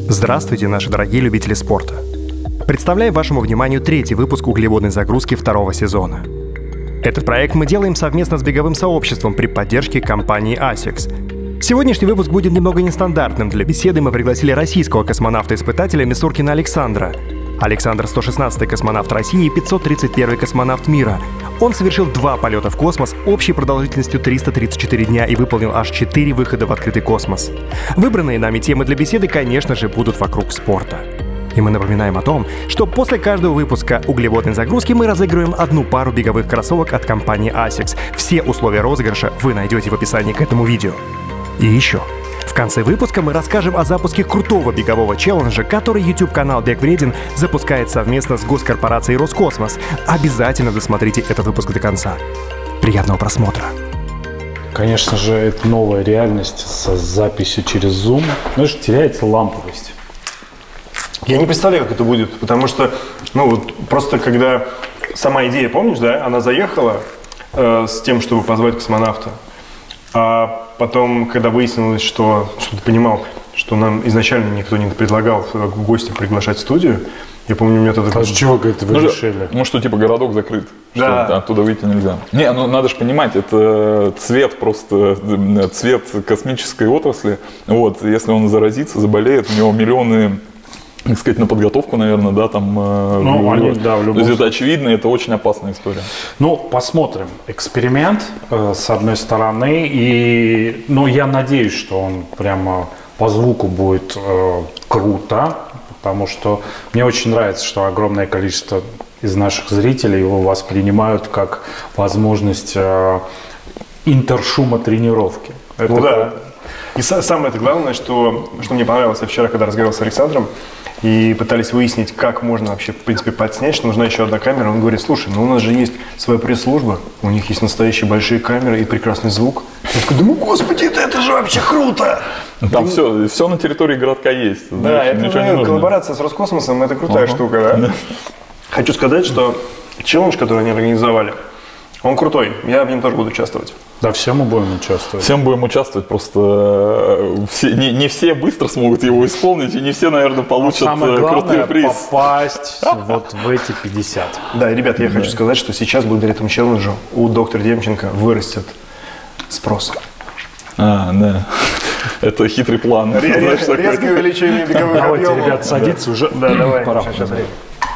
Здравствуйте, наши дорогие любители спорта. Представляем вашему вниманию третий выпуск углеводной загрузки второго сезона. Этот проект мы делаем совместно с беговым сообществом при поддержке компании ASICS. Сегодняшний выпуск будет немного нестандартным. Для беседы мы пригласили российского космонавта-испытателя Мисуркина Александра. Александр — 116-й космонавт России и 531-й космонавт мира. Он совершил 2 полета в космос общей продолжительностью 334 дня и выполнил аж 4 выхода в открытый космос. Выбранные нами темы для беседы, конечно же, будут вокруг спорта. И мы напоминаем о том, что после каждого выпуска углеводной загрузки мы разыгрываем 1 пару беговых кроссовок от компании ASICS. Все условия розыгрыша вы найдете в описании к этому видео. И еще. В конце выпуска мы расскажем о запуске крутого бегового челленджа, который YouTube-канал «Бег вреден» запускает совместно с госкорпорацией «Роскосмос». Обязательно досмотрите этот выпуск до конца. Приятного просмотра! Конечно же, это новая реальность с записью через Zoom. Знаешь, теряется ламповость. Я не представляю, как это будет, потому что, просто когда сама идея, помнишь, да, она заехала с тем, чтобы позвать космонавта, а потом, когда выяснилось, что ты понимал, что нам изначально никто не предлагал гостя приглашать в студию, я помню, у меня тогда... А с чего, говорит, вы решили? Что типа городок закрыт, да. Что оттуда выйти нельзя. Надо же понимать, это цвет цвет космической отрасли. Вот, если он заразится, заболеет, у него миллионы... так сказать, на подготовку, наверное, да, там... в любом случае. То есть это очевидно, это очень опасная история. Посмотрим. Эксперимент, с одной стороны, и, я надеюсь, что он прямо по звуку будет круто, потому что мне очень нравится, что огромное количество из наших зрителей его воспринимают как возможность интершума тренировки. Да. И самое главное, что мне понравилось, я вчера, когда разговаривал с Александром, и пытались выяснить, как можно вообще, в принципе, подснять, что нужна еще одна камера. Он говорит: слушай, у нас же есть своя пресс-служба, у них есть настоящие большие камеры и прекрасный звук. Я такой думаю: господи, это же вообще круто! Там все на территории городка есть. Да, это коллаборация с Роскосмосом, это крутая штука, да? Хочу сказать, что челлендж, который они организовали, он крутой, я в нем тоже буду участвовать. Да, все мы будем участвовать. Всем будем участвовать, просто не все быстро смогут его исполнить, и не все, наверное, получат крутой приз. Попасть вот в эти 50. Да, и, ребят, я хочу сказать, что сейчас, благодаря этому челленджу, у доктора Демченко вырастет спрос. Да. Это хитрый план. Резкое увеличение беговых объемов. Давайте, ребят, садиться уже. Да, давай. Пора. Сейчас время.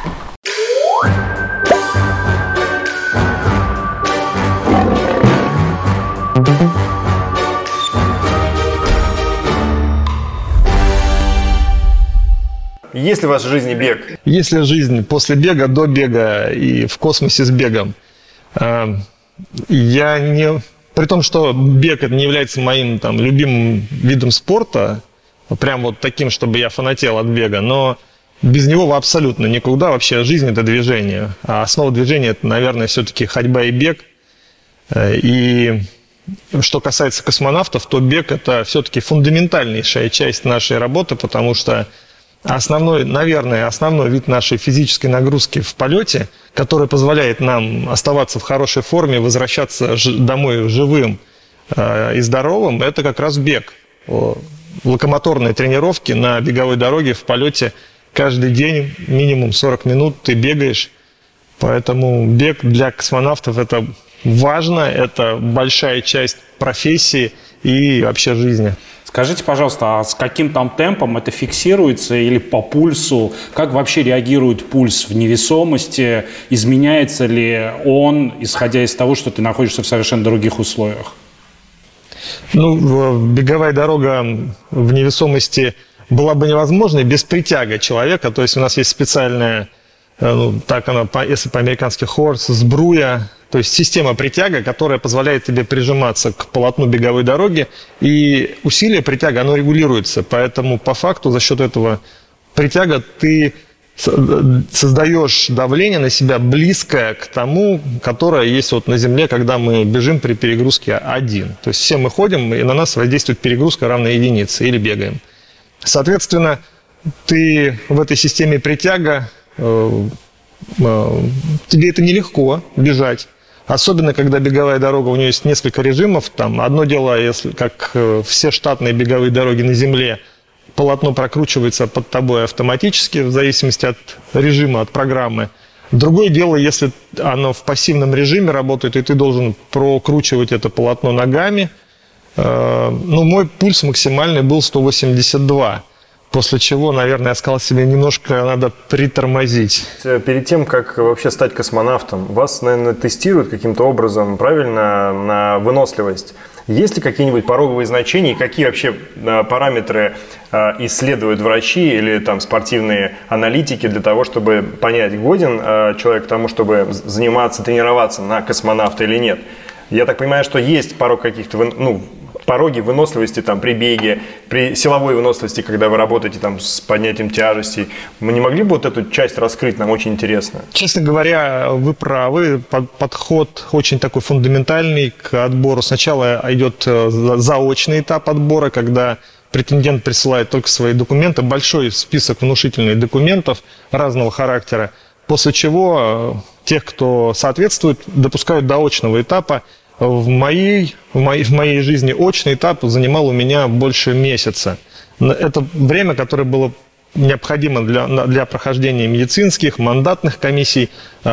Есть ли в вашей жизни бег? Есть ли жизнь после бега, до бега и в космосе с бегом? При том, что бег это не является моим любимым видом спорта, прям вот таким, чтобы я фанател от бега, но без него абсолютно никуда. Вообще жизнь – это движение. А основа движения – это, наверное, все-таки ходьба и бег. И что касается космонавтов, то бег – это все-таки фундаментальнейшая часть нашей работы, потому что основной вид нашей физической нагрузки в полете, который позволяет нам оставаться в хорошей форме, возвращаться домой живым и здоровым, это как раз бег. Локомоторные тренировки на беговой дороге в полете каждый день, минимум 40 минут ты бегаешь. Поэтому бег для космонавтов – это важно, это большая часть профессии и вообще жизни. Скажите, пожалуйста, а с каким там темпом это фиксируется или по пульсу? Как вообще реагирует пульс в невесомости? Изменяется ли он, исходя из того, что ты находишься в совершенно других условиях? Беговая дорога в невесомости была бы невозможной без притяга человека. То есть у нас есть специальная, если по-американски horse, сбруя, то есть система притяга, которая позволяет тебе прижиматься к полотну беговой дороги, и усилие притяга, оно регулируется. Поэтому по факту за счет этого притяга ты создаешь давление на себя близкое к тому, которое есть на Земле, когда мы бежим при перегрузке 1. То есть все мы ходим, и на нас воздействует перегрузка равная единице, или бегаем. Соответственно, ты в этой системе притяга, тебе это нелегко бежать. Особенно, когда беговая дорога, у нее есть несколько режимов. Одно дело, если как все штатные беговые дороги на Земле, полотно прокручивается под тобой автоматически в зависимости от режима, от программы. Другое дело, если оно в пассивном режиме работает, и ты должен прокручивать это полотно ногами. Мой пульс максимальный был 182, после чего, наверное, я сказал себе, немножко надо притормозить. Перед тем, как вообще стать космонавтом, вас, наверное, тестируют каким-то образом, правильно, на выносливость. Есть ли какие-нибудь пороговые значения, какие вообще параметры исследуют врачи или там спортивные аналитики для того, чтобы понять, годен человек к тому, чтобы заниматься, тренироваться на космонавта или нет? Я так понимаю, что есть порог каких-то, пороги выносливости там, при беге, при силовой выносливости, когда вы работаете там, с поднятием тяжестей. Мы не могли бы вот эту часть раскрыть? Нам очень интересно. Честно говоря, вы правы. Подход очень такой фундаментальный к отбору. Сначала идет заочный этап отбора, когда претендент присылает только свои документы, большой список внушительных документов разного характера, после чего тех, кто соответствует, допускают до очного этапа. В моей жизни очный этап занимал у меня больше месяца. Это время, которое было необходимо для прохождения медицинских, мандатных комиссий,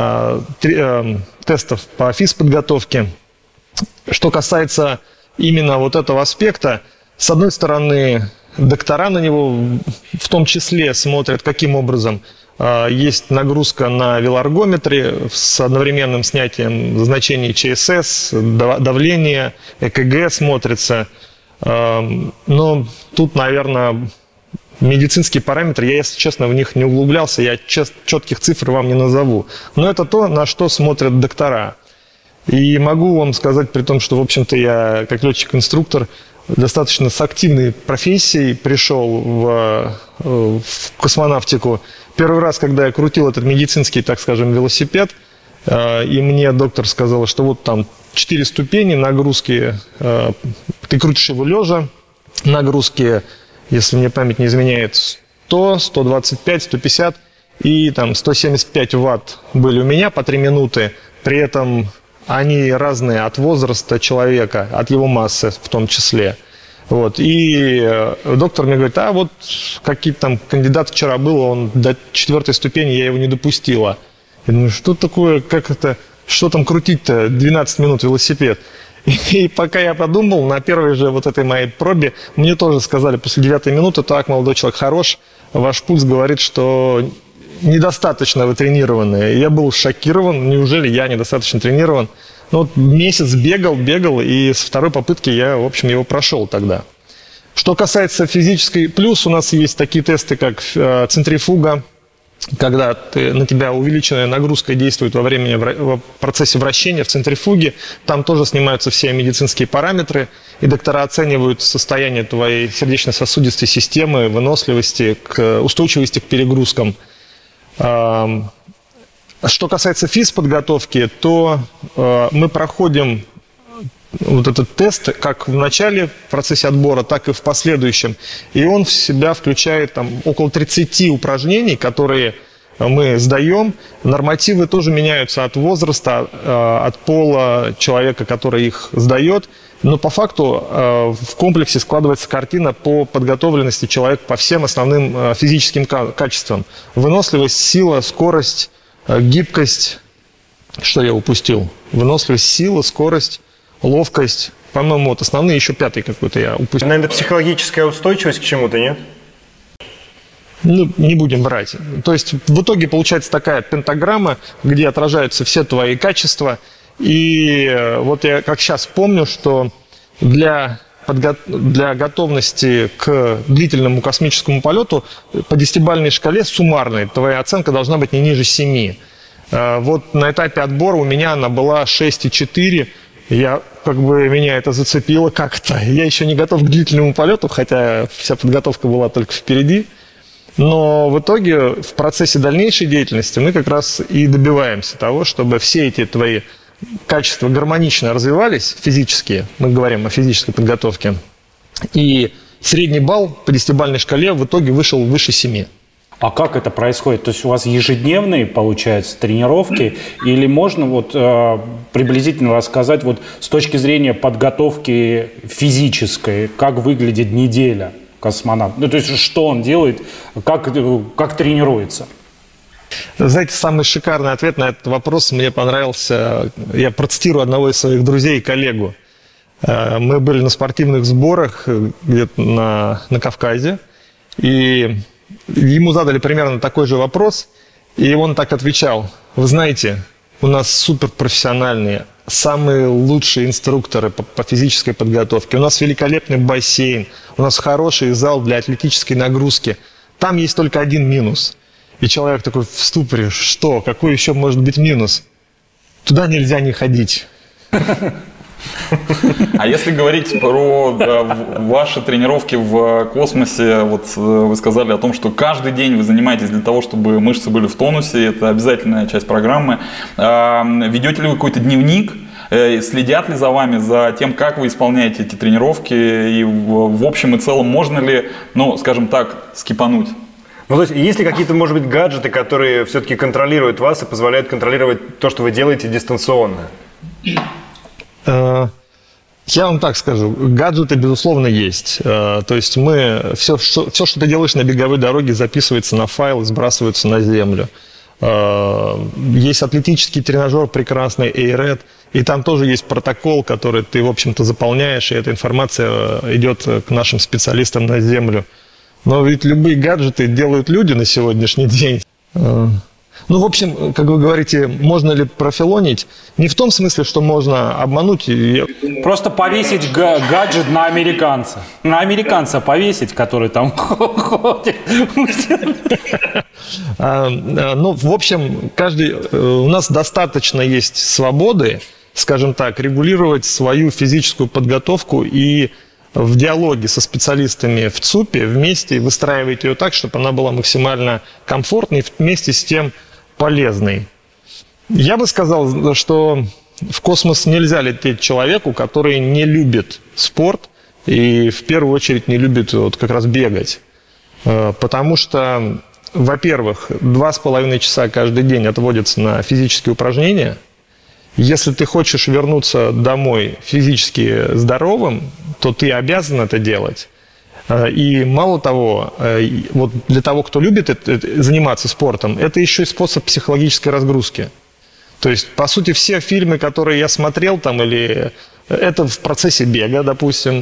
тестов по физподготовке. Что касается именно вот этого аспекта, с одной стороны, доктора на него в том числе смотрят, каким образом есть нагрузка на велоэргометре с одновременным снятием значений ЧСС, давление, ЭКГ смотрится. Но тут, наверное, медицинские параметры, я, если честно, в них не углублялся, я четких цифр вам не назову. Но это то, на что смотрят доктора. И могу вам сказать, при том, что, в общем-то, я, как летчик-инструктор, достаточно с активной профессией пришел в космонавтику. Первый раз, когда я крутил этот медицинский, так скажем, велосипед, и мне доктор сказал, что вот там 4 ступени нагрузки, ты крутишь его лежа, нагрузки, если мне память не изменяет, 100, 125, 150 и там 175 ватт были у меня по 3 минуты, при этом они разные от возраста человека, от его массы в том числе. Вот. И доктор мне говорит, вот какие-то там кандидат вчера был, он до 4 ступени, я его не допустила. Я думаю, что такое, как это, что там крутить-то 12 минут велосипед? И пока я подумал, на первой же вот этой моей пробе, мне тоже сказали после 9 минуты, так, молодой человек, хорош, ваш пульс говорит, что недостаточно вы тренированы. Я был шокирован, неужели я недостаточно тренирован? Месяц бегал, и с второй попытки я, в общем, его прошел тогда. Что касается физической, плюс у нас есть такие тесты, как центрифуга, когда на тебя увеличенная нагрузка действует в процессе вращения в центрифуге. Там тоже снимаются все медицинские параметры, и доктора оценивают состояние твоей сердечно-сосудистой системы, выносливости, устойчивости к перегрузкам. Что касается физподготовки, то мы проходим вот этот тест как в начале в процессе отбора, так и в последующем. И он в себя включает там, около 30 упражнений, которые мы сдаем. Нормативы тоже меняются от возраста, от пола человека, который их сдает. Но по факту в комплексе складывается картина по подготовленности человека по всем основным физическим качествам. Выносливость, сила, скорость, гибкость, что я упустил? Выносливость, сила, скорость, ловкость. По-моему, вот основные, еще 5-й какой-то я упустил. Наверное, психологическая устойчивость к чему-то, нет? Не будем брать. То есть в итоге получается такая пентаграмма, где отражаются все твои качества. И вот я как сейчас помню, что для готовности к длительному космическому полету по 10-бальной шкале суммарной твоя оценка должна быть не ниже 7. Вот на этапе отбора у меня она была 6,4. Меня это зацепило как-то. Я еще не готов к длительному полету, хотя вся подготовка была только впереди. Но в итоге в процессе дальнейшей деятельности мы как раз и добиваемся того, чтобы все эти твои качества гармонично развивались физически, мы говорим о физической подготовке, и средний балл по 10-бальной шкале в итоге вышел выше 7. А как это происходит? То есть у вас ежедневные, получается, тренировки? Или можно приблизительно рассказать с точки зрения подготовки физической, как выглядит неделя? космонавт? Ну, то есть, что он делает, как тренируется? Знаете, самый шикарный ответ на этот вопрос мне понравился. Я процитирую одного из своих друзей и коллегу. Мы были на спортивных сборах где-то на Кавказе, и ему задали примерно такой же вопрос, и он так отвечал: вы знаете, у нас суперпрофессиональные, самые лучшие инструкторы по физической подготовке, у нас великолепный бассейн, у нас хороший зал для атлетической нагрузки. Там есть только один минус. И человек такой в ступоре: что? Какой еще может быть минус? Туда нельзя не ходить. А если говорить про ваши тренировки в космосе, вот вы сказали о том, что каждый день вы занимаетесь для того, чтобы мышцы были в тонусе, это обязательная часть программы. Ведете ли вы какой-то дневник? Следят ли за вами, за тем, как вы исполняете эти тренировки? И в общем и целом можно ли, ну, скажем так, скипануть? Ну, то есть ли какие-то, может быть, гаджеты, которые все-таки контролируют вас и позволяют контролировать то, что вы делаете дистанционно? Я вам так скажу, гаджеты, безусловно, есть. То есть все, что ты делаешь на беговой дороге, записывается на файл и сбрасывается на землю. Есть атлетический тренажер прекрасный AirRed, и там тоже есть протокол, который ты, в общем-то, заполняешь, и эта информация идет к нашим специалистам на землю. Но ведь любые гаджеты делают люди на сегодняшний день. Ну, в общем, как вы говорите, можно ли профилонить? Не в том смысле, что можно обмануть. Просто повесить гаджет на американца. На американца повесить, который там ходит. Ну, в общем, у нас достаточно есть свободы, скажем так, регулировать свою физическую подготовку и в диалоге со специалистами в ЦУПе вместе выстраивать ее так, чтобы она была максимально комфортной и вместе с тем полезной. Я бы сказал, что в космос нельзя лететь человеку, который не любит спорт и в первую очередь не любит вот как раз бегать. Потому что, во-первых, 2,5 часа каждый день отводятся на физические упражнения. Если ты хочешь вернуться домой физически здоровым, то ты обязан это делать. И мало того, вот для того, кто любит заниматься спортом, это еще и способ психологической разгрузки. То есть, по сути, все фильмы, которые я смотрел, там, или это в процессе бега, допустим.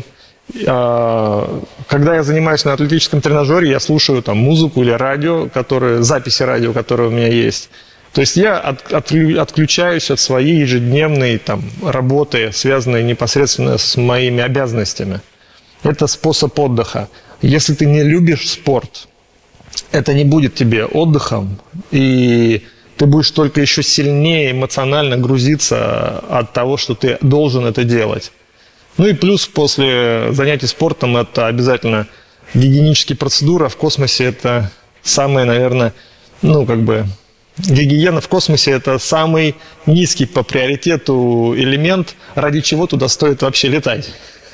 Когда я занимаюсь на атлетическом тренажере, я слушаю там музыку или радио, записи радио, которые у меня есть. То есть я отключаюсь от своей ежедневной там работы, связанной непосредственно с моими обязанностями. Это способ отдыха. Если ты не любишь спорт, это не будет тебе отдыхом, и ты будешь только еще сильнее эмоционально грузиться от того, что ты должен это делать. Ну и плюс после занятий спортом это обязательно гигиенические процедуры. В космосе это самое, наверное, гигиена в космосе – это самый низкий по приоритету элемент, ради чего туда стоит вообще летать.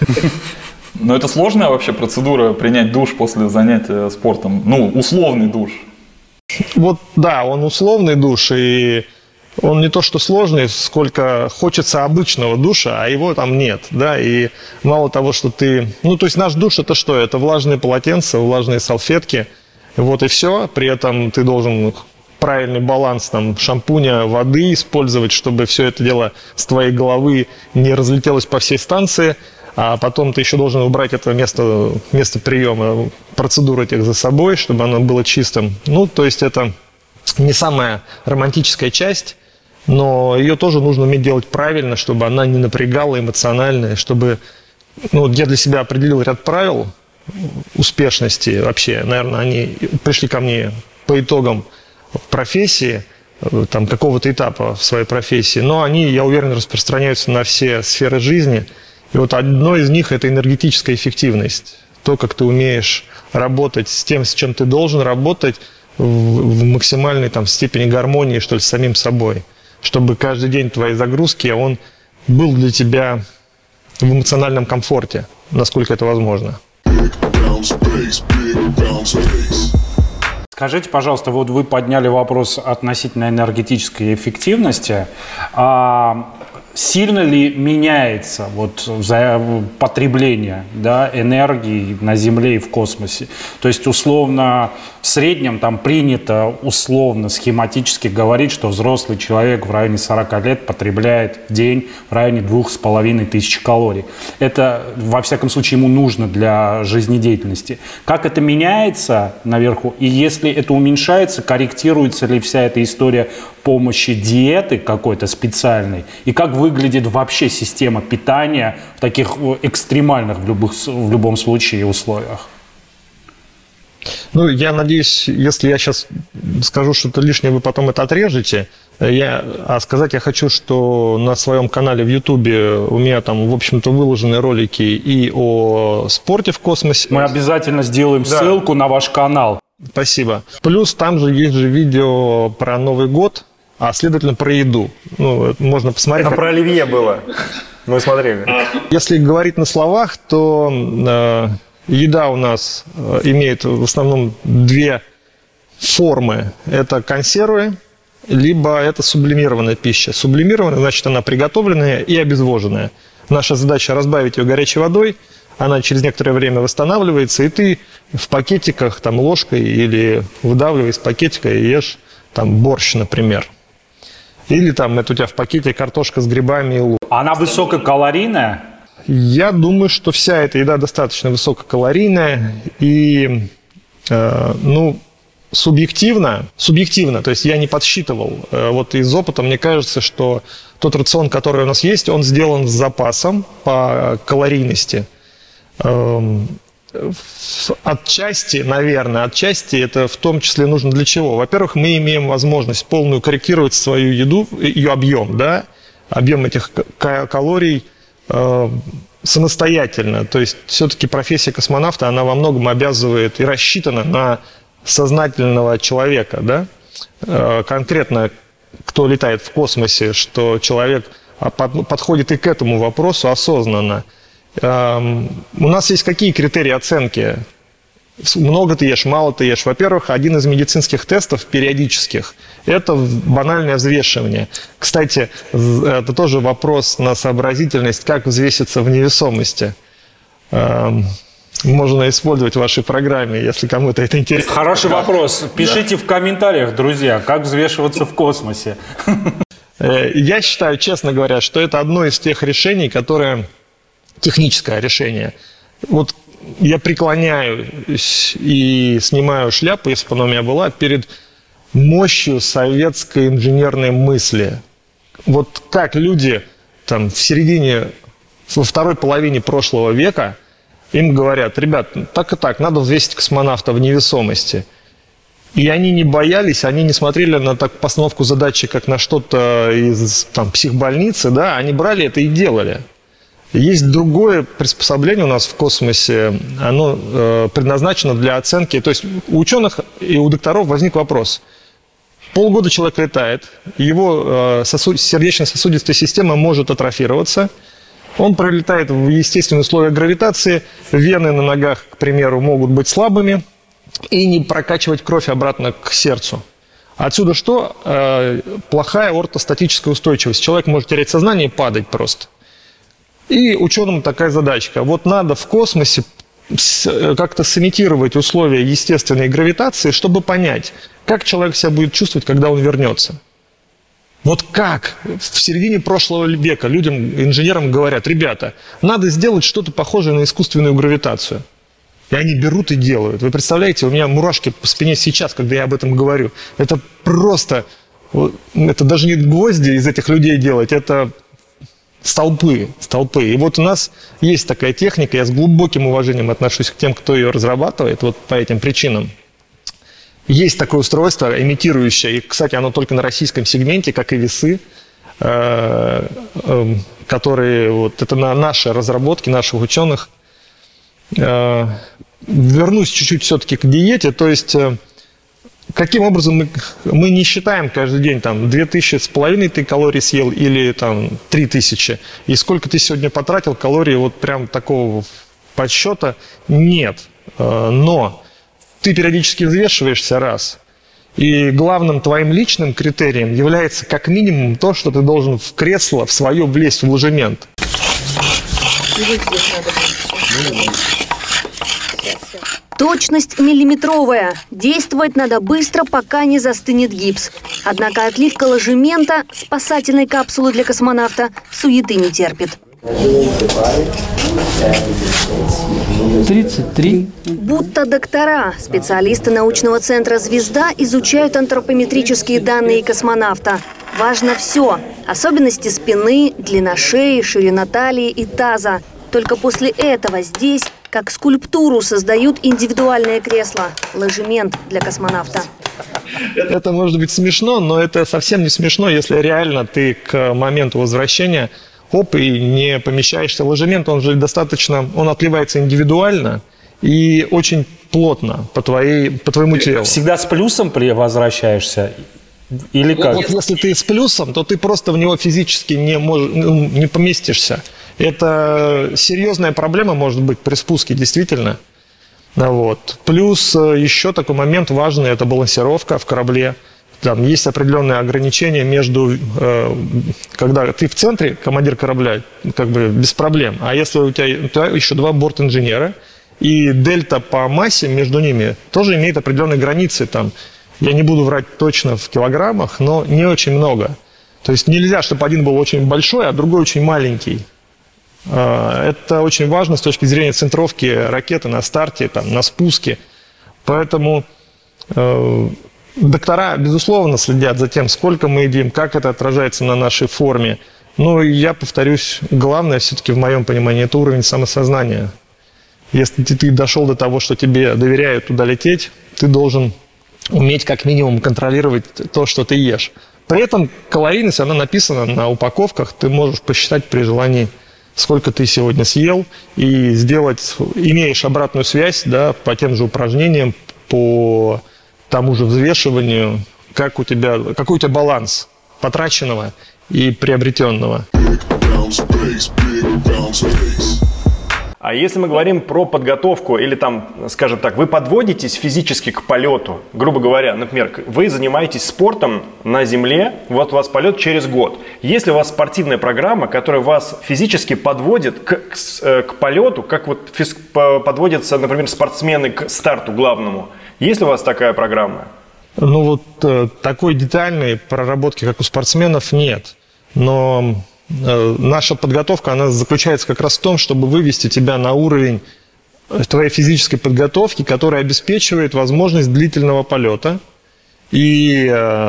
Но это сложная вообще процедура принять душ после занятия спортом? Ну, условный душ. Вот да, он условный душ, и он не то что сложный, сколько хочется обычного душа, а его там нет, да, и мало того, что то есть наш душ – это что? Это влажные полотенца, влажные салфетки, вот и все, при этом ты должен правильный баланс там шампуня, воды использовать, чтобы все это дело с твоей головы не разлетелось по всей станции, а потом ты еще должен убрать это место приема процедур этих за собой, чтобы оно было чистым. Ну, то есть это не самая романтическая часть, но ее тоже нужно уметь делать правильно, чтобы она не напрягала эмоционально, чтобы... я для себя определил ряд правил успешности вообще. Наверное, они пришли ко мне по итогам профессии, там, какого-то этапа в своей профессии, но они, я уверен, распространяются на все сферы жизни. И вот одно из них – это энергетическая эффективность. То, как ты умеешь работать с тем, с чем ты должен работать, в максимальной там, степени гармонии, что ли, с самим собой. Чтобы каждый день твоей загрузки, он был для тебя в эмоциональном комфорте, насколько это возможно. Скажите, пожалуйста, вот вы подняли вопрос относительно энергетической эффективности. сильно ли меняется вот потребление, да, энергии на Земле и в космосе? То есть, условно, в среднем там принято условно, схематически говорить, что взрослый человек в районе 40 лет потребляет в день в районе 2500 калорий. Это, во всяком случае, ему нужно для жизнедеятельности. Как это меняется наверху? И если это уменьшается, корректируется ли вся эта история помощи диеты какой-то специальной? И как выглядит вообще система питания в таких экстремальных в любом случае условиях? Ну, я надеюсь, если я сейчас скажу что-то лишнее, вы потом это отрежете. А сказать я хочу, что на своем канале в Ютубе у меня там, в общем-то, выложены ролики и о спорте в космосе. Мы обязательно сделаем ссылку на ваш канал. Спасибо. Плюс там же есть же видео про Новый год, а следовательно про еду. Ну, можно посмотреть. Это про оливье было. Мы смотрели. Если говорить на словах, то еда у нас имеет в основном две формы. Это консервы, либо это сублимированная пища. Сублимированная, значит, она приготовленная и обезвоженная. Наша задача разбавить ее горячей водой, она через некоторое время восстанавливается, и ты в пакетиках там ложкой или выдавливая из пакетика и ешь там борщ, например. Или там это у тебя в пакете картошка с грибами и лук. Она высококалорийная? Я думаю, что вся эта еда достаточно высококалорийная и, субъективно, то есть я не подсчитывал. Вот из опыта мне кажется, что тот рацион, который у нас есть, он сделан с запасом по калорийности. Отчасти, наверное, это в том числе нужно для чего? Во-первых, мы имеем возможность полную корректировать свою еду, ее объем, да, объем этих калорий самостоятельно. То есть все-таки профессия космонавта, она во многом обязывает и рассчитана на сознательного человека, да? Конкретно, кто летает в космосе, что человек подходит и к этому вопросу осознанно. У нас есть какие критерии оценки? Много ты ешь, мало ты ешь. Во-первых, один из медицинских тестов периодических – это банальное взвешивание. Кстати, это тоже вопрос на сообразительность, как взвеситься в невесомости. Можно использовать в вашей программе, если кому-то это интересно. Хороший вопрос. Пишите в комментариях, друзья, как взвешиваться в космосе. Я считаю, честно говоря, что это одно из тех решений, которое техническое решение. Вот я преклоняюсь и снимаю шляпу, если бы она у меня была, перед мощью советской инженерной мысли. Вот как люди там во второй половине прошлого века им говорят: ребят, так и так, надо взвесить космонавта в невесомости. И они не боялись, они не смотрели на постановку задачи как на что-то из психбольницы, да, они брали это и делали. Есть другое приспособление у нас в космосе, оно предназначено для оценки. То есть у ученых и у докторов возник вопрос. Полгода человек летает, его сердечно-сосудистая система может атрофироваться, он пролетает в естественные условия гравитации, вены на ногах, к примеру, могут быть слабыми и не прокачивать кровь обратно к сердцу. Отсюда что? Плохая ортостатическая устойчивость. Человек может терять сознание и падать просто. И ученым такая задачка. Вот надо в космосе как-то сымитировать условия естественной гравитации, чтобы понять, как человек себя будет чувствовать, когда он вернется. Вот как в середине прошлого века людям, инженерам говорят: ребята, надо сделать что-то похожее на искусственную гравитацию. И они берут и делают. Вы представляете, у меня мурашки по спине сейчас, когда я об этом говорю. Это просто, это даже не гвозди из этих людей делать, это столпы. И вот у нас есть такая техника, я с глубоким уважением отношусь к тем, кто ее разрабатывает, вот по этим причинам. Есть такое устройство, имитирующее, и, кстати, оно только на российском сегменте, как и весы, которые, это наши разработки, наших ученых. Вернусь чуть-чуть все-таки к диете, то есть каким образом мы не считаем каждый день, 2500 ты калорий съел или 3000, и сколько ты сегодня потратил калорий, вот прям такого подсчета нет. Но ты периодически взвешиваешься раз, И главным твоим личным критерием является как минимум то, что ты должен в кресло в свое влезть в ложемент. Точность миллиметровая. Действовать надо быстро, пока не застынет гипс. Однако отливка ложемента, спасательной капсулы для космонавта, суеты не терпит. 33. Будто доктора, специалисты научного центра «Звезда» изучают антропометрические данные космонавта. Важно все. Особенности спины, длина шеи, ширина талии и таза. Только после этого здесь, как скульптуру, создают индивидуальное кресло – ложемент для космонавта. Это может быть смешно, но это совсем не смешно, если реально ты к моменту возвращения и не помещаешься в ложемент. Он же достаточно, он отливается индивидуально и очень плотно по твоему телу. Всегда с плюсом возвращаешься? Или как? Вот если ты с плюсом, то ты просто в него физически не поместишься. Это серьезная проблема может быть при спуске, действительно. Вот. Плюс еще такой момент важный – это балансировка в корабле. Там есть определенные ограничения между, когда ты в центре, командир корабля, как бы без проблем. А если у тебя еще 2 борт-инженера, и дельта по массе между ними тоже имеет определенные границы. Там, я не буду врать точно в килограммах, но не очень много. То есть нельзя, чтобы один был очень большой, а другой очень маленький. Это очень важно с точки зрения центровки ракеты на старте, там, на спуске. Поэтому доктора, безусловно, следят за тем, сколько мы едим, как это отражается на нашей форме. Но я повторюсь, главное все-таки в моем понимании – это уровень самосознания. Если ты дошел до того, что тебе доверяют туда лететь, ты должен уметь как минимум контролировать то, что ты ешь. При этом калорийность, она написана на упаковках, ты можешь посчитать при желании, сколько ты сегодня съел, и сделать, имеешь обратную связь, да, по тем же упражнениям, по тому же взвешиванию, какой у тебя баланс потраченного и приобретенного. А если мы говорим про подготовку, или там, скажем так, вы подводитесь физически к полету, грубо говоря, например, вы занимаетесь спортом на Земле, вот у вас полет через год. Если у вас спортивная программа, которая вас физически подводит к полету, как вот подводятся, например, спортсмены к старту главному, есть ли у вас такая программа? Ну вот такой детальной проработки, как у спортсменов, нет. Но наша подготовка, она заключается как раз в том, чтобы вывести тебя на уровень твоей физической подготовки, который обеспечивает возможность длительного полета. И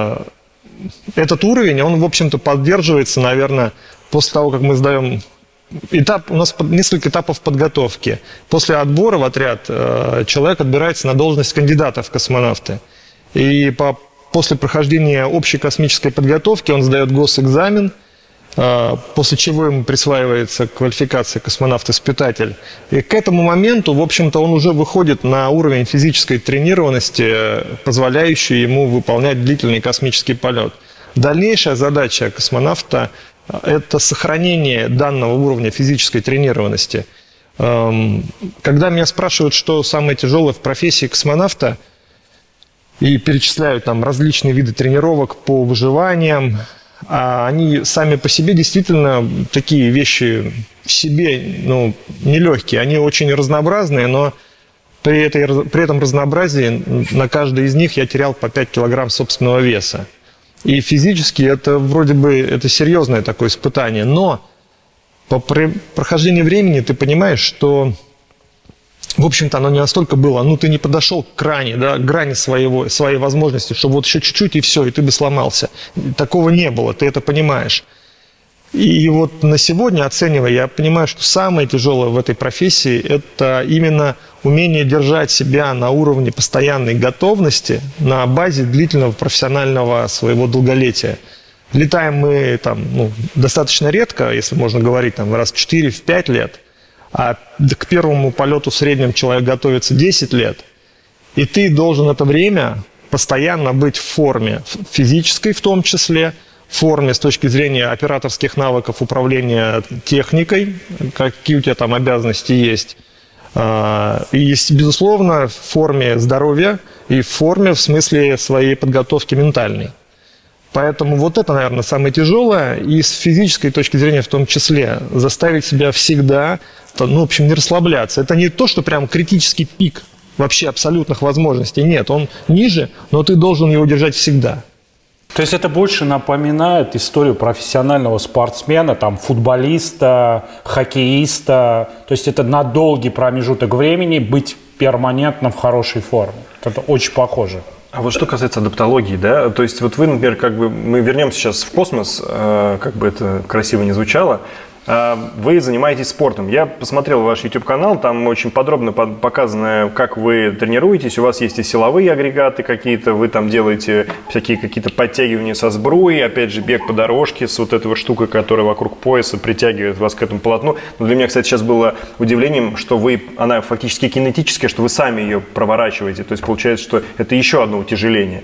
этот уровень, он, в общем-то, поддерживается, наверное, после того, как мы сдаем у нас несколько этапов подготовки. После отбора в отряд человек отбирается на должность кандидата в космонавты. И после прохождения общей космической подготовки он сдает госэкзамен, после чего ему присваивается квалификация космонавт-испытатель. И к этому моменту, в общем-то, он уже выходит на уровень физической тренированности, позволяющий ему выполнять длительный космический полет. Дальнейшая задача космонавта – это сохранение данного уровня физической тренированности. Когда меня спрашивают, что самое тяжелое в профессии космонавта, и перечисляют там различные виды тренировок по выживаниям, а они сами по себе действительно такие вещи в себе нелегкие. Они очень разнообразные, но при этом разнообразии на каждой из них я терял по 5 килограмм собственного веса. И физически это вроде бы это серьезное такое испытание. Но по прохождении времени ты понимаешь, что, в общем-то, оно не настолько было. Ты не подошел к грани своей возможности, что вот еще чуть-чуть и все, и ты бы сломался. Такого не было, ты это понимаешь. И вот на сегодня, оценивая, я понимаю, что самое тяжелое в этой профессии – это именно умение держать себя на уровне постоянной готовности на базе длительного профессионального своего долголетия. Летаем мы достаточно редко, если можно говорить, раз в 4-5 лет, а к первому полету в среднем человек готовится 10 лет. И ты должен это время постоянно быть в форме, физической в том числе, форме с точки зрения операторских навыков управления техникой, какие у тебя там обязанности есть. И, безусловно, в форме здоровья и в форме в смысле своей подготовки ментальной. Поэтому вот это, наверное, самое тяжелое, и с физической точки зрения в том числе, заставить себя всегда, ну, в общем, не расслабляться. Это не то, что прям критический пик вообще абсолютных возможностей. Нет, он ниже, но ты должен его держать всегда. То есть это больше напоминает историю профессионального спортсмена, там, футболиста, хоккеиста. То есть это на долгий промежуток времени быть перманентно в хорошей форме. Это очень похоже. А вот что касается адаптологии, да, то есть вот вы, например, как бы, мы вернемся сейчас в космос, как бы это красиво не звучало, вы занимаетесь спортом. Я посмотрел ваш YouTube-канал, там очень подробно показано, как вы тренируетесь. У вас есть и силовые агрегаты какие-то, вы там делаете всякие какие-то подтягивания со сбруей, опять же, бег по дорожке с вот этой вот штукой, которая вокруг пояса притягивает вас к этому полотну. Но для меня, кстати, сейчас было удивлением, что она фактически кинетическая, что вы сами ее проворачиваете. То есть получается, что это еще одно утяжеление.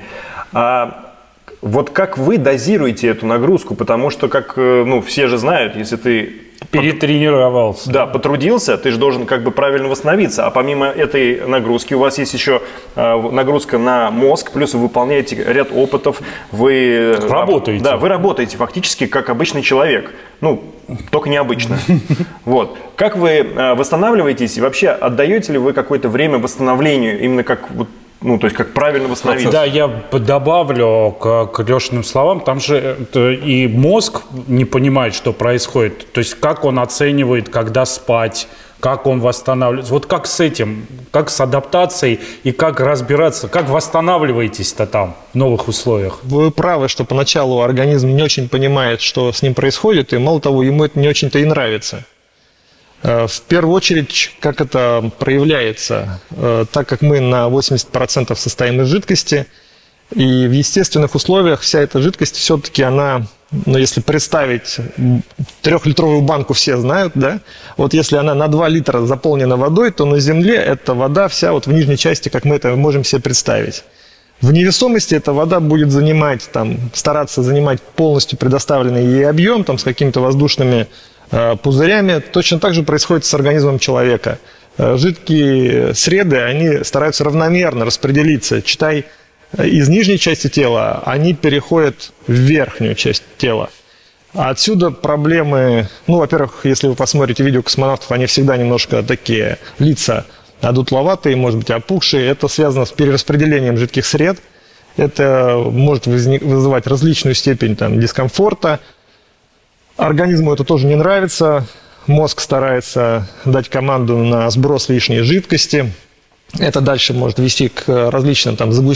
Вот как вы дозируете эту нагрузку? Потому что, как все же знают, если ты перетренировался. Да, потрудился, ты же должен как бы правильно восстановиться. А помимо этой нагрузки у вас есть еще нагрузка на мозг, плюс вы выполняете ряд опытов. Вы работаете. Да, вы работаете фактически как обычный человек. Ну, только необычно. Вот. Как вы восстанавливаетесь и вообще отдаете ли вы какое-то время восстановлению, именно как вот, то есть как правильно восстановиться? Да, я добавлю к Лешиным словам, там же и мозг не понимает, что происходит. То есть как он оценивает, когда спать, как он восстанавливается. Вот как с этим, как с адаптацией и как разбираться, как восстанавливаетесь-то там в новых условиях? Вы правы, что поначалу организм не очень понимает, что с ним происходит, и мало того, ему это не очень-то и нравится. В первую очередь, как это проявляется, так как мы на 80% состоим из жидкости, и в естественных условиях вся эта жидкость все-таки она, если представить 3-литровую банку, все знают, да, вот если она на 2 литра заполнена водой, то на Земле эта вода вся вот в нижней части, как мы это можем себе представить. В невесомости эта вода будет стараться занимать полностью предоставленный ей объем, с какими-то воздушными пузырями. Точно так же происходит с организмом человека. Жидкие среды, они стараются равномерно распределиться. Читай, из нижней части тела они переходят в верхнюю часть тела. А отсюда проблемы, во-первых, если вы посмотрите видео космонавтов, они всегда немножко такие лица одутловатые, может быть, опухшие. Это связано с перераспределением жидких сред. Это может вызывать различную степень дискомфорта. Организму это тоже не нравится. Мозг старается дать команду на сброс лишней жидкости. Это дальше может вести к различным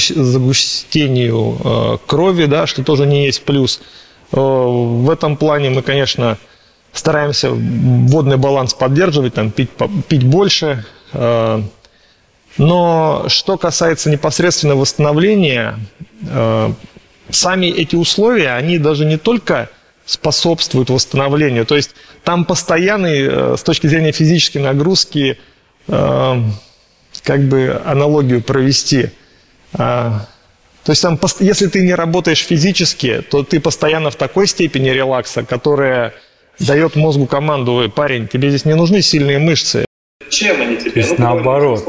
загустению крови, да, что тоже не есть плюс. В этом плане мы, конечно, стараемся водный баланс поддерживать, пить больше. Но что касается непосредственно восстановления, сами эти условия, они даже не только способствуют восстановлению. То есть там постоянный, с точки зрения физической нагрузки, аналогию провести. То есть если ты не работаешь физически, то ты постоянно в такой степени релакса, которая дает мозгу команду: «Ой, парень, тебе здесь не нужны сильные мышцы». Чем они тебе? То есть наоборот.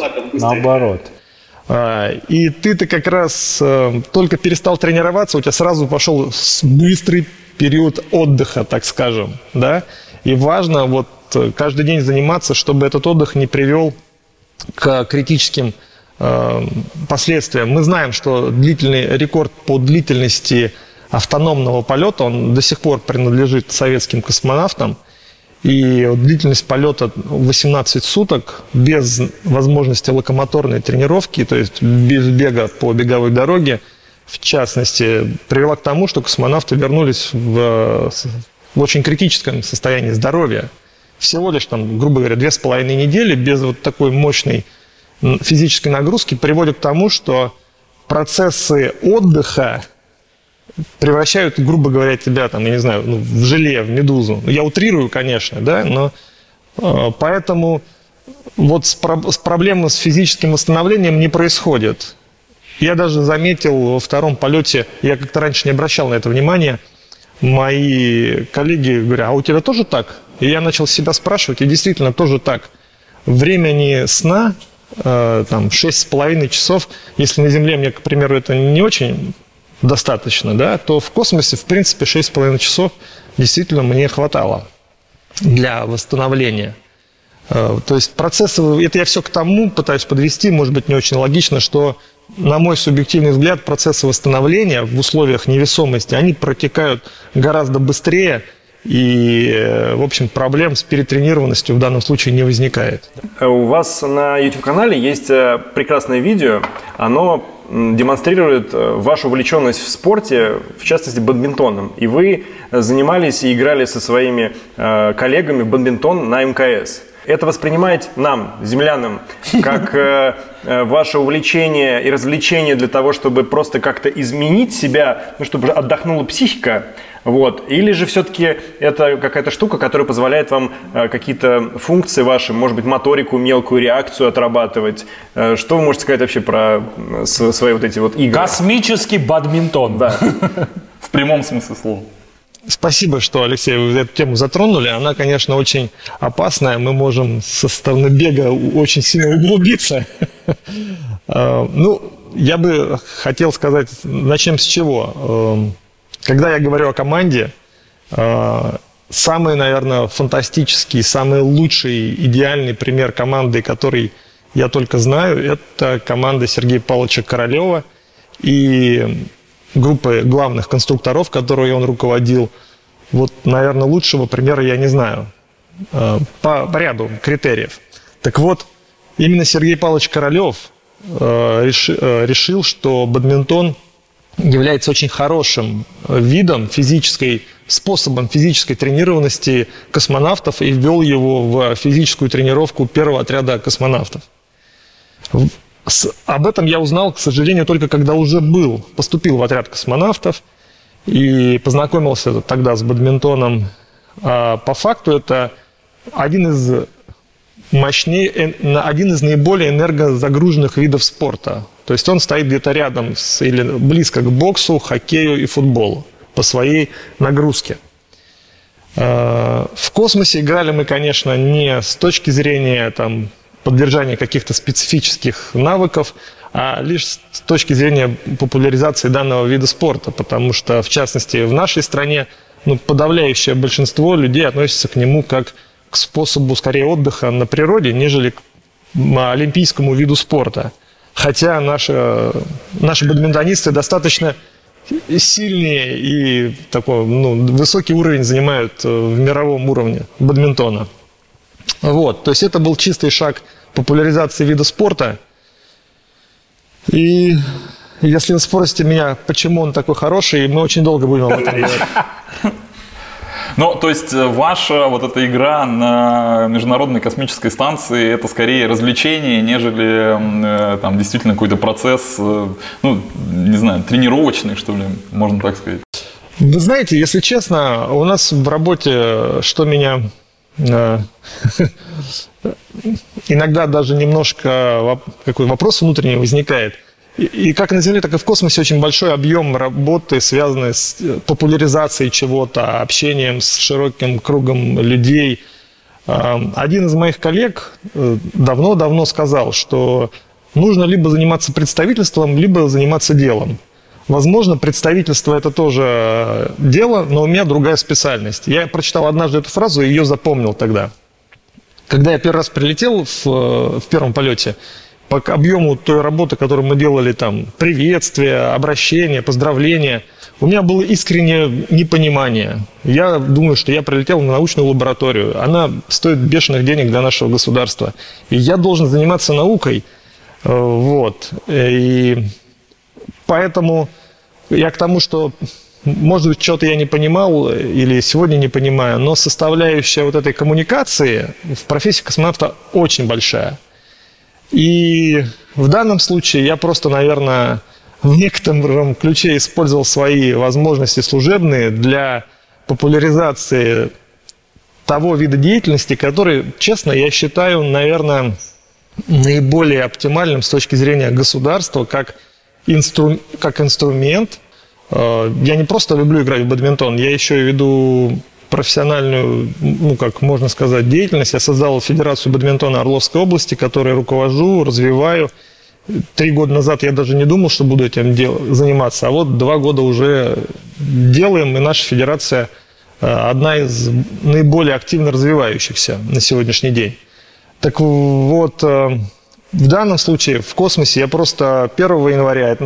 И ты как раз только перестал тренироваться, у тебя сразу пошел быстрый период отдыха, так скажем, да? И важно каждый день заниматься, чтобы этот отдых не привел к критическим последствиям. Мы знаем, что длительный рекорд по длительности автономного полета, он до сих пор принадлежит советским космонавтам. И длительность полета 18 суток без возможности локомоторной тренировки, то есть без бега по беговой дороге, в частности, привела к тому, что космонавты вернулись в очень критическом состоянии здоровья. Всего лишь, грубо говоря, 2,5 недели без такой мощной физической нагрузки приводят к тому, что процессы отдыха превращают, грубо говоря, тебя, в желе, в медузу. Я утрирую, конечно, да, но поэтому с проблемой с физическим восстановлением не происходит. Я даже заметил во втором полете, я как-то раньше не обращал на это внимания, мои коллеги говорят: а у тебя тоже так? И я начал себя спрашивать, и действительно тоже так. Времени сна там 6,5 часов, если на Земле мне, к примеру, это не очень достаточно, да, то в космосе, в принципе, 6,5 часов действительно мне хватало для восстановления. То есть процессы, это я все к тому пытаюсь подвести, может быть, не очень логично, что, на мой субъективный взгляд, процессы восстановления в условиях невесомости, они протекают гораздо быстрее, и, в общем, проблем с перетренированностью в данном случае не возникает. У вас на YouTube-канале есть прекрасное видео, оно демонстрирует вашу увлеченность в спорте, в частности, бадминтоном. И вы занимались и играли со своими коллегами в бадминтон на МКС. Это воспринимать нам, землянам, как ваше увлечение и развлечение для того, чтобы просто как-то изменить себя, ну, чтобы отдохнула психика, вот. Или же все-таки это какая-то штука, которая позволяет вам какие-то функции ваши, может быть, моторику, мелкую реакцию отрабатывать. Что вы можете сказать вообще про свои вот эти вот игры? Космический бадминтон. Да. В прямом смысле слова. Спасибо, что, Алексей, вы эту тему затронули. Она, конечно, очень опасная. Мы можем со стороны бега очень сильно углубиться. Ну, я бы хотел сказать, начнем с чего. Когда я говорю о команде, самый, наверное, фантастический, самый лучший, идеальный пример команды, который я только знаю, это команда Сергея Павловича Королева и группы главных конструкторов, которой он руководил. Вот, наверное, лучшего примера я не знаю по ряду критериев. Так вот, именно Сергей Павлович Королев решил, что бадминтон является очень хорошим видом способом физической тренированности космонавтов и ввел его в физическую тренировку первого отряда космонавтов. Об этом я узнал, к сожалению, только когда уже поступил в отряд космонавтов и познакомился тогда с бадминтоном. По факту это один из наиболее энергозагруженных видов спорта. То есть он стоит где-то рядом или близко к боксу, хоккею и футболу по своей нагрузке. В космосе играли мы, конечно, не с точки зрения поддержания каких-то специфических навыков, а лишь с точки зрения популяризации данного вида спорта, потому что, в частности, в нашей стране подавляющее большинство людей относится к нему как к способу, скорее, отдыха на природе, нежели к олимпийскому виду спорта. Хотя наши бадминтонисты достаточно сильные и такой высокий уровень занимают в мировом уровне бадминтона. Вот, то есть это был чистый шаг популяризации вида спорта. И если вы спросите меня, почему он такой хороший, мы очень долго будем об этом говорить. Ну, то есть ваша вот эта игра на Международной космической станции, это скорее развлечение, нежели там действительно какой-то процесс, не знаю, тренировочный, что ли, можно так сказать. Вы знаете, если честно, у нас в работе, что меня иногда даже немножко какой вопрос внутренний возникает. И как на Земле, так и в космосе очень большой объем работы, связанный с популяризацией чего-то, общением с широким кругом людей. Один из моих коллег давно-давно сказал, что нужно либо заниматься представительством, либо заниматься делом. Возможно, представительство – это тоже дело, но у меня другая специальность. Я прочитал однажды эту фразу и ее запомнил тогда. Когда я первый раз прилетел в первом полете, по объему той работы, которую мы делали, приветствия, обращения, поздравления, у меня было искреннее непонимание. Я думаю, что я прилетел на научную лабораторию. Она стоит бешеных денег для нашего государства. И я должен заниматься наукой. Вот. И поэтому я к тому, что, может быть, что-то я не понимал или сегодня не понимаю, но составляющая вот этой коммуникации в профессии космонавта очень большая. И в данном случае я просто, наверное, в некотором ключе использовал свои возможности служебные для популяризации того вида деятельности, который, честно, я считаю, наверное, наиболее оптимальным с точки зрения государства, как инструмент. Я не просто люблю играть в бадминтон, я еще и веду профессиональную, как можно сказать, деятельность. Я создал Федерацию бадминтона Орловской области, которой руковожу, развиваю. 3 года назад я даже не думал, что буду этим заниматься, а вот 2 года уже делаем, и наша федерация одна из наиболее активно развивающихся на сегодняшний день. Так вот, в данном случае в космосе я просто 1 января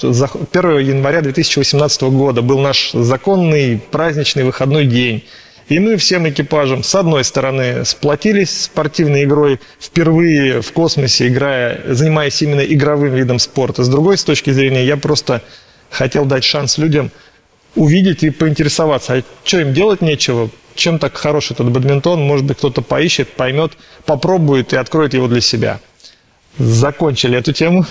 2018 года был наш законный праздничный выходной день. И мы всем экипажем, с одной стороны, сплотились спортивной игрой, впервые в космосе занимаясь именно игровым видом спорта. С другой, с точки зрения, я просто хотел дать шанс людям увидеть и поинтересоваться, а что им делать нечего, чем так хорош этот бадминтон, может быть, кто-то поищет, поймет, попробует и откроет его для себя. Закончили эту тему.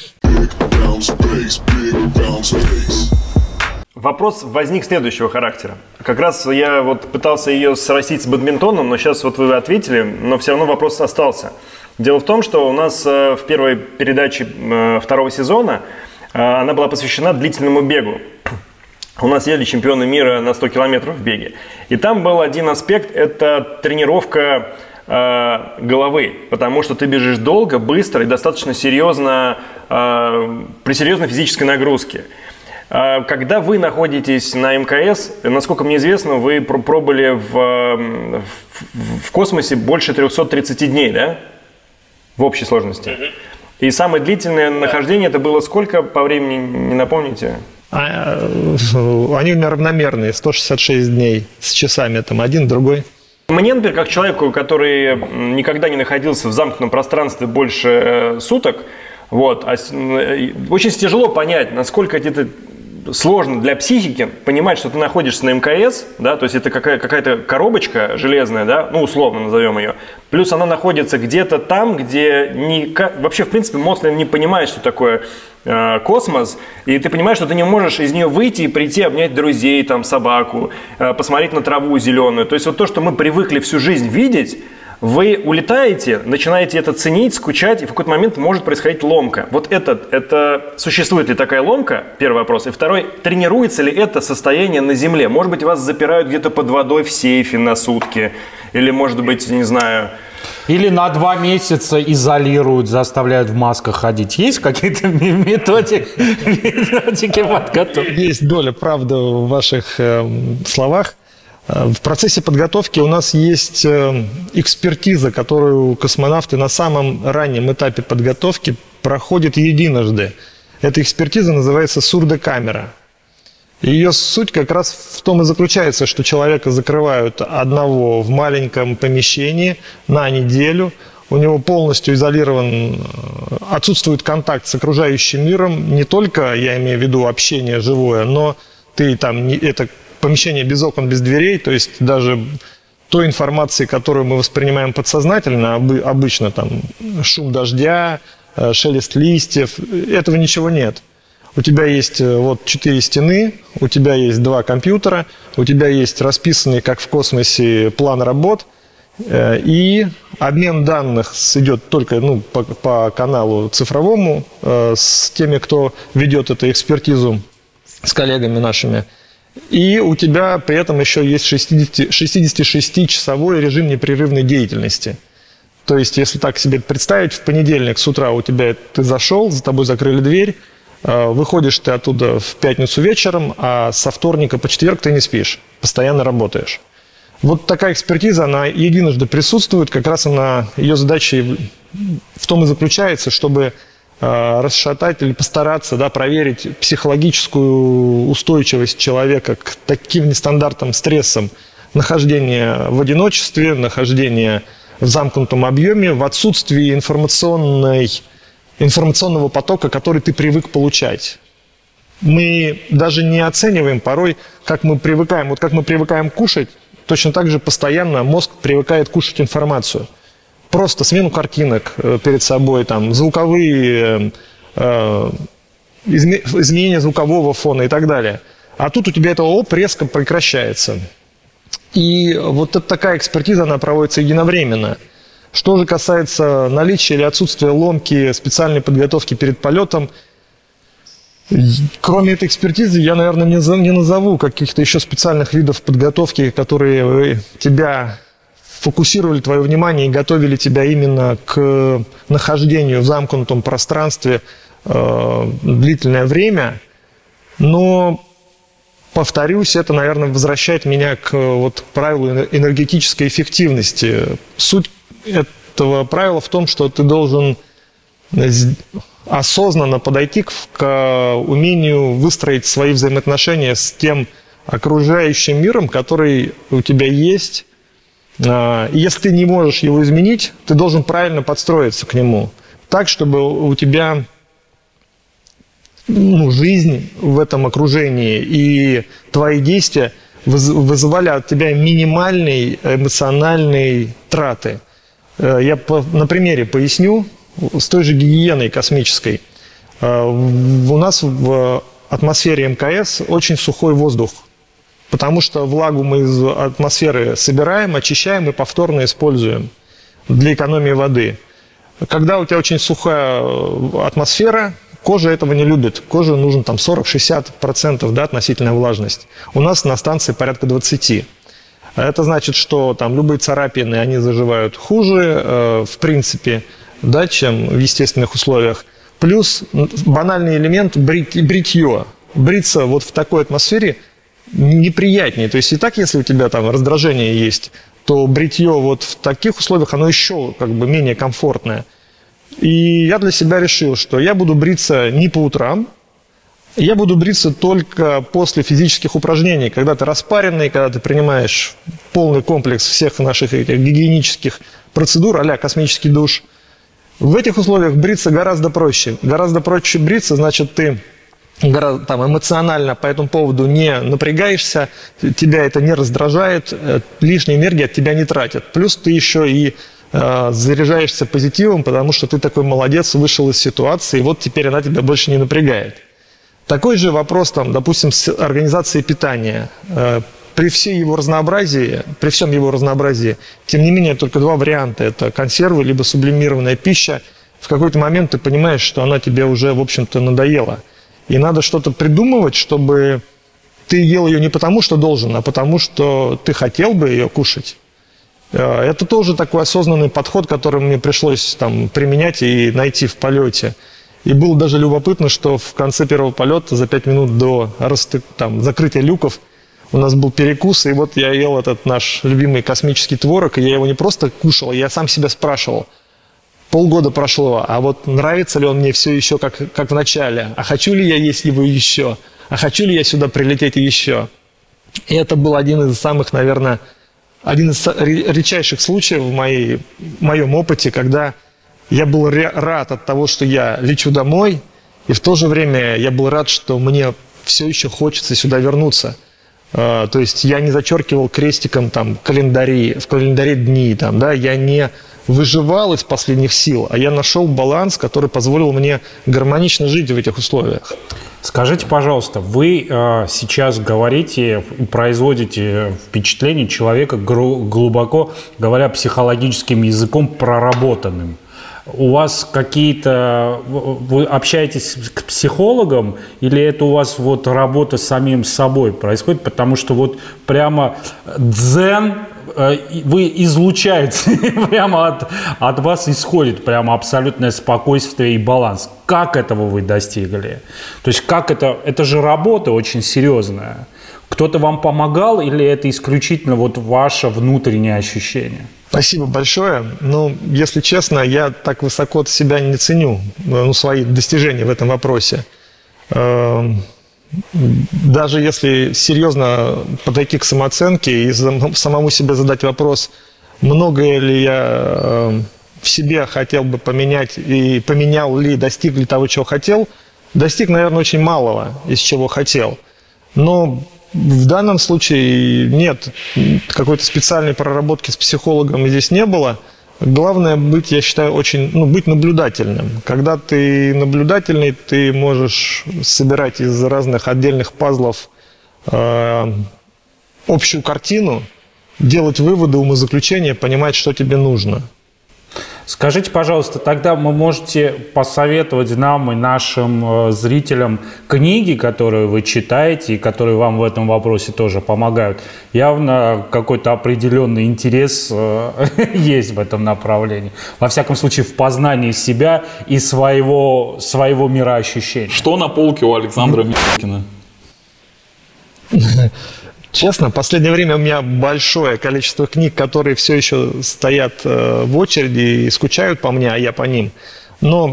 Вопрос возник следующего характера. Как раз я пытался ее срастить с бадминтоном, но сейчас вы ответили, но все равно вопрос остался. Дело в том, что у нас в первой передаче 2-го сезона она была посвящена длительному бегу. У нас ели чемпионы мира на 100 километров в беге. И там был один аспект – это тренировка головы, потому что ты бежишь долго, быстро и достаточно серьезно, при серьезной физической нагрузке. Когда вы находитесь на МКС, насколько мне известно, вы пробыли в космосе больше 330 дней, да? В общей сложности. И самое длительное нахождение это было сколько по времени, не напомните? Они у меня равномерные, 166 дней с часами, там один, другой. Мне, например, как человеку, который никогда не находился в замкнутом пространстве больше суток, очень тяжело понять, насколько это сложно для психики понимать, что ты находишься на МКС, да, то есть это какая-то коробочка железная, да, условно назовем ее, плюс она находится где-то там, где вообще, в принципе, мозг не понимает, что такое космос, и ты понимаешь, что ты не можешь из нее выйти и прийти, обнять друзей, собаку, посмотреть на траву зеленую. То есть то, что мы привыкли всю жизнь видеть, вы улетаете, начинаете это ценить, скучать, и в какой-то момент может происходить ломка. Это существует ли такая ломка? Первый вопрос. И второй, тренируется ли это состояние на Земле? Может быть, вас запирают где-то под водой в сейфе на сутки? Или, может быть, не знаю... Или на 2 месяца изолируют, заставляют в масках ходить. Есть какие-то методики подготовки? Есть доля правды в ваших словах. В процессе подготовки у нас есть экспертиза, которую космонавты на самом раннем этапе подготовки проходят единожды. Эта экспертиза называется сурдокамера. Ее суть как раз в том и заключается, что человека закрывают одного в маленьком помещении на неделю. У него полностью изолирован, отсутствует контакт с окружающим миром. Не только, я имею в виду, общение живое, но это помещение без окон, без дверей, то есть даже той информации, которую мы воспринимаем подсознательно, обычно шум дождя, шелест листьев, этого ничего нет. У тебя есть 4 стены, у тебя есть 2 компьютера, у тебя есть расписанный, как в космосе, план работ, и обмен данных идет только по каналу цифровому с теми, кто ведет эту экспертизу, с коллегами нашими. И у тебя при этом еще есть 66-часовой режим непрерывной деятельности. То есть, если так себе представить, в понедельник с утра ты зашел, за тобой закрыли дверь, выходишь ты оттуда в пятницу вечером, а со вторника по четверг ты не спишь, постоянно работаешь. Вот такая экспертиза, она единожды присутствует, как раз ее задача в том и заключается, чтобы расшатать или постараться проверить психологическую устойчивость человека к таким нестандартным стрессам. Нахождение в одиночестве, нахождение в замкнутом объеме, в отсутствии информационного потока, который ты привык получать. Мы даже не оцениваем порой, как мы привыкаем. Как мы привыкаем кушать, точно так же постоянно мозг привыкает кушать информацию. Просто смену картинок перед собой, звуковые, изменения звукового фона и так далее. А тут у тебя это резко прекращается. И это такая экспертиза, она проводится единовременно. Что же касается наличия или отсутствия ломки, специальной подготовки перед полетом, Кроме этой экспертизы, я, наверное, не назову каких-то еще специальных видов подготовки, которые тебя фокусировали твое внимание и готовили тебя именно к нахождению в замкнутом пространстве длительное время. Но, повторюсь, это, наверное, возвращает меня к правилу энергетической эффективности. Суть этого правила в том, что ты должен осознанно подойти к умению выстроить свои взаимоотношения с тем окружающим миром, который у тебя есть. И если ты не можешь его изменить, ты должен правильно подстроиться к нему, так, чтобы у тебя жизнь в этом окружении и твои действия вызывали от тебя минимальные эмоциональные траты. Я на примере поясню. С той же гигиеной космической. У нас в атмосфере МКС очень сухой воздух, потому что влагу мы из атмосферы собираем, очищаем и повторно используем для экономии воды. Когда у тебя очень сухая атмосфера, кожа этого не любит. Коже нужен 40-60% относительная влажность. У нас на станции порядка 20%. Это значит, что любые царапины, они заживают хуже, в принципе, чем в естественных условиях. Плюс банальный элемент бритье. Бриться в такой атмосфере неприятнее. То есть и так, если у тебя раздражение есть, то бритье в таких условиях, оно еще менее комфортное. И я для себя решил, что я буду бриться не по утрам, я буду бриться только после физических упражнений, когда ты распаренный, когда ты принимаешь полный комплекс всех наших гигиенических процедур, а-ля космический душ. В этих условиях бриться гораздо проще. Гораздо проще бриться, значит, ты эмоционально по этому поводу не напрягаешься, тебя это не раздражает, лишняя энергия от тебя не тратит. Плюс ты еще и заряжаешься позитивом, потому что ты такой молодец, вышел из ситуации, и теперь она тебя больше не напрягает. Такой же вопрос, допустим, с организацией питания. При всем его разнообразии, тем не менее, только два варианта. Это консервы, либо сублимированная пища. В какой-то момент ты понимаешь, что она тебе уже, в общем-то, надоела. И надо что-то придумывать, чтобы ты ел ее не потому, что должен, а потому, что ты хотел бы ее кушать. Это тоже такой осознанный подход, который мне пришлось применять и найти в полете. И было даже любопытно, что в конце первого полета, за 5 минут до закрытия люков, у нас был перекус, и я ел этот наш любимый космический творог, и я его не просто кушал, я сам себя спрашивал. Полгода прошло, а нравится ли он мне все еще, как в начале? А хочу ли я есть его еще? А хочу ли я сюда прилететь еще? И это был один из самых, наверное, один из редчайших случаев в моем опыте, когда я был рад от того, что я лечу домой, и в то же время я был рад, что мне все еще хочется сюда вернуться. То есть я не зачеркивал крестиком в календаре дни, я не выживал из последних сил, а я нашел баланс, который позволил мне гармонично жить в этих условиях. Скажите, пожалуйста, вы сейчас говорите, производите впечатление человека, глубоко говоря, психологическим языком проработанным. У вас вы общаетесь с психологом, или это у вас работа с самим собой происходит? Потому что прямо дзен вы излучаете, прямо от вас исходит прямо абсолютное спокойствие и баланс. Как этого вы достигли? То есть как это же работа очень серьезная. Кто-то вам помогал, или это исключительно ваше внутреннее ощущение? Спасибо большое. Если честно, я так высоко себя не ценю, свои достижения в этом вопросе. Даже если серьезно подойти к самооценке и самому себе задать вопрос, многое ли я в себе хотел бы поменять и поменял ли, достиг ли того, чего хотел, достиг, наверное, очень малого, из чего хотел. Но в данном случае нет, какой-то специальной проработки с психологом здесь не было. Главное быть, я считаю, быть наблюдательным. Когда ты наблюдательный, ты можешь собирать из разных отдельных пазлов общую картину, делать выводы, умозаключения, понимать, что тебе нужно. Скажите, пожалуйста, тогда вы можете посоветовать нам и нашим зрителям книги, которые вы читаете и которые вам в этом вопросе тоже помогают? Явно какой-то определенный интерес есть в этом направлении. Во всяком случае, в познании себя и своего мироощущения. Что на полке у Александра Мишкина? Честно, в последнее время у меня большое количество книг, которые все еще стоят в очереди и скучают по мне, а я по ним. Но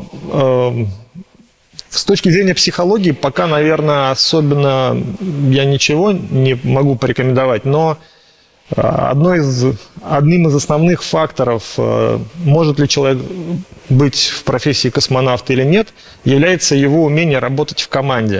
с точки зрения психологии пока, наверное, особенно я ничего не могу порекомендовать. Но одним из основных факторов, может ли человек быть в профессии космонавта или нет, является его умение работать в команде.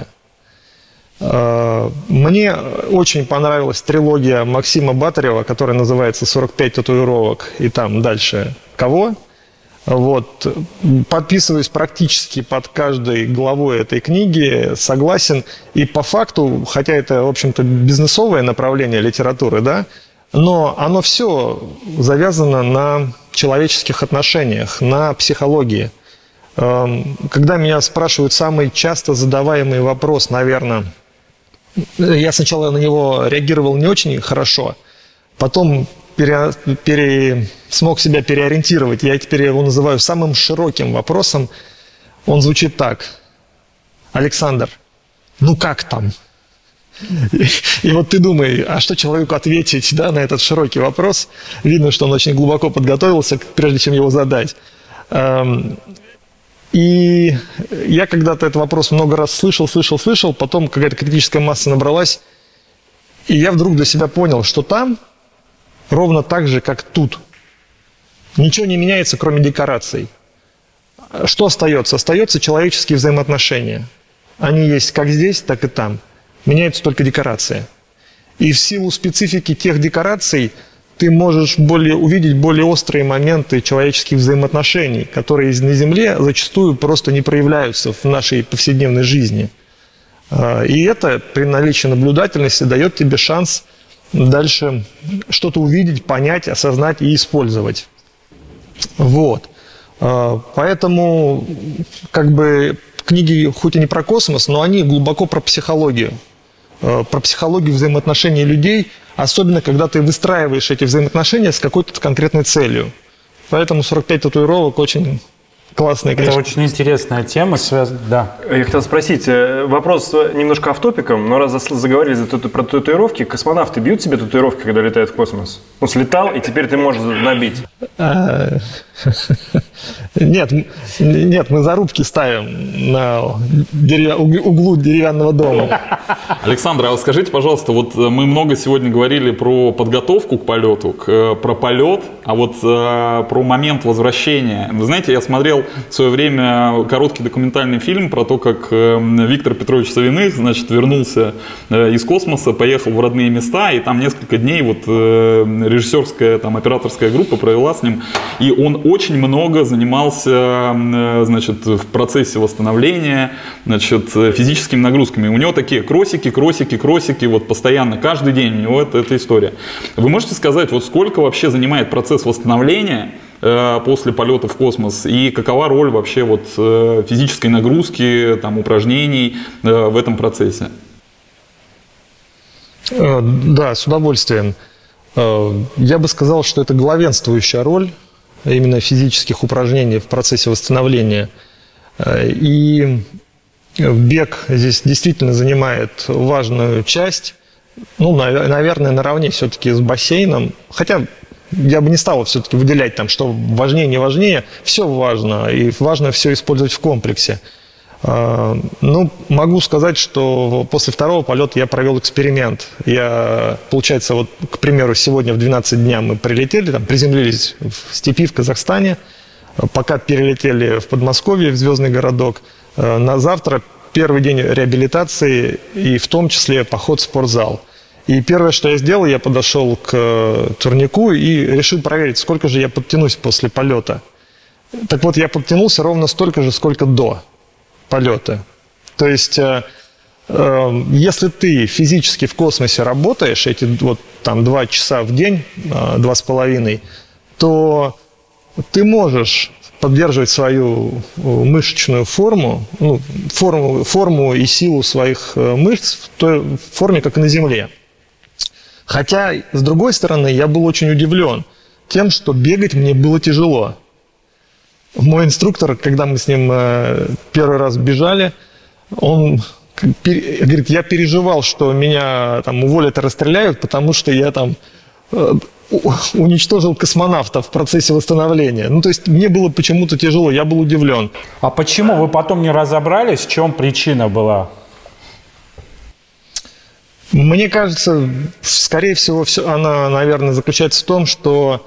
Мне очень понравилась трилогия Максима Батарева, которая называется «45 татуировок» и там дальше кого. Вот. Подписываюсь практически под каждой главой этой книги, согласен. И по факту, хотя это, в общем-то, бизнесовое направление литературы, да, но оно все завязано на человеческих отношениях, на психологии. Когда меня спрашивают самый часто задаваемый вопрос, наверное, я сначала на него реагировал не очень хорошо, потом смог себя переориентировать. Я теперь его называю самым широким вопросом. Он звучит так. Александр, ну как там? И вот ты думай, а что человеку ответить, да, на этот широкий вопрос? Видно, что он очень глубоко подготовился, прежде чем его задать. И я когда-то этот вопрос много раз слышал, потом какая-то критическая масса набралась, и я вдруг для себя понял, что там ровно так же, как тут. Ничего не меняется, кроме декораций. Что остается? Остаются человеческие взаимоотношения. Они есть как здесь, так и там. Меняются только декорации. И в силу специфики тех декораций ты можешь увидеть более острые моменты человеческих взаимоотношений, которые на Земле зачастую просто не проявляются в нашей повседневной жизни. И это при наличии наблюдательности дает тебе шанс дальше что-то увидеть, понять, осознать и использовать. Вот. Поэтому книги хоть и не про космос, но они глубоко про психологию взаимоотношений людей, особенно когда ты выстраиваешь эти взаимоотношения с какой-то конкретной целью. Поэтому 45 татуировок очень классная книжка. Это очень интересная тема, да. Я хотел спросить, вопрос немножко офф-топиком, но раз заговорили про татуировки, космонавты бьют себе татуировки, когда летают в космос? Ну, слетал, и теперь ты можешь набить. Нет, мы зарубки ставим на углу деревянного дома. Александр, а вот скажите, пожалуйста, вот мы много сегодня говорили про подготовку к полету, про полет, а вот про момент возвращения. Вы знаете, я смотрел в свое время короткий документальный фильм про то, как Виктор Петрович Савиных, значит, вернулся из космоса, поехал в родные места, и там несколько дней вот режиссерская, там, операторская группа провела с ним, и он очень много занимался, значит, в процессе восстановления, значит, физическими нагрузками. У него такие кросики, вот постоянно, каждый день у него эта история. Вы можете сказать, вот сколько вообще занимает процесс восстановления после полета в космос и какова роль вообще вот физической нагрузки, там, упражнений в этом процессе? Да, с удовольствием. Я бы сказал, что это главенствующая роль именно физических упражнений в процессе восстановления. И бег здесь действительно занимает важную часть, ну, наверное, наравне все-таки с бассейном, хотя я бы не стал все-таки выделять там, что важнее, не важнее, все важно, и важно все использовать в комплексе. Ну, могу сказать, что после второго полета я провел эксперимент. Получается, вот, к примеру, сегодня в 12 дня мы прилетели, там, приземлились в степи в Казахстане, пока перелетели в Подмосковье, в Звездный городок. На завтра первый день реабилитации и в том числе поход в спортзал. И первое, что я сделал, я подошел к турнику и решил проверить, сколько же я подтянусь после полета. Так вот, я подтянулся ровно столько же, сколько до полета. То есть, если ты физически в космосе работаешь, эти вот там 2 часа в день, 2,5, то ты можешь поддерживать свою мышечную форму, форму и силу своих мышц в той форме, как и на Земле. Хотя, с другой стороны, я был очень удивлен тем, что бегать мне было тяжело. Мой инструктор, когда мы с ним первый раз бежали, он говорит, я переживал, что меня там уволят и расстреляют, потому что я там уничтожил космонавтов в процессе восстановления. То есть мне было почему-то тяжело, я был удивлен. А почему вы потом не разобрались, в чем причина была? Мне кажется, скорее всего, она, наверное, заключается в том, что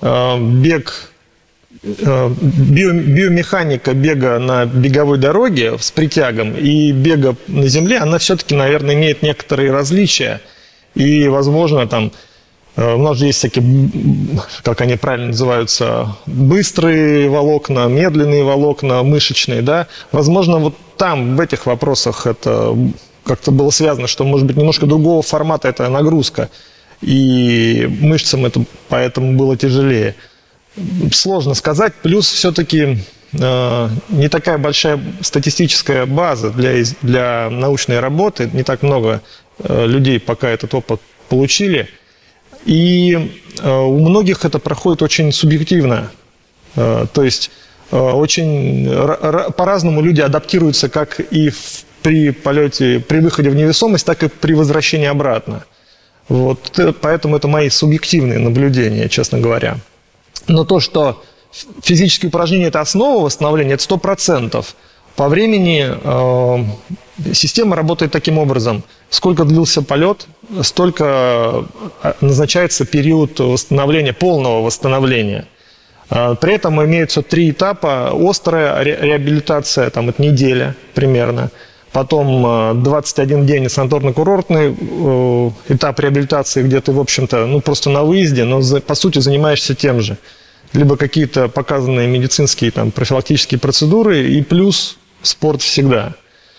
биомеханика бега на беговой дороге с притягом и бега на земле, она все-таки, наверное, имеет некоторые различия. И, возможно, там у нас же есть всякие, как они правильно называются, быстрые волокна, медленные волокна, мышечные, да. Возможно, вот там, в этих вопросах это как-то было связано, что, может быть, немножко другого формата эта нагрузка, и мышцам это поэтому было тяжелее. Сложно сказать. Плюс все-таки не такая большая статистическая база для научной работы, не так много людей пока этот опыт получили. И у многих это проходит очень субъективно. То есть очень по-разному люди адаптируются как и при полете, при выходе в невесомость, так и при возвращении обратно. Вот, поэтому это мои субъективные наблюдения, честно говоря. Но то, что физические упражнения – это основа восстановления, это 100%. По времени система работает таким образом. Сколько длился полет, столько назначается период восстановления, полного восстановления. При этом имеются 3 этапа. Острая реабилитация, там это неделя примерно. Потом 21 день санаторно-курортный этап реабилитации, где ты, в общем-то, просто на выезде, но по сути занимаешься тем же. Либо какие-то показанные медицинские, там, профилактические процедуры, и плюс спорт всегда.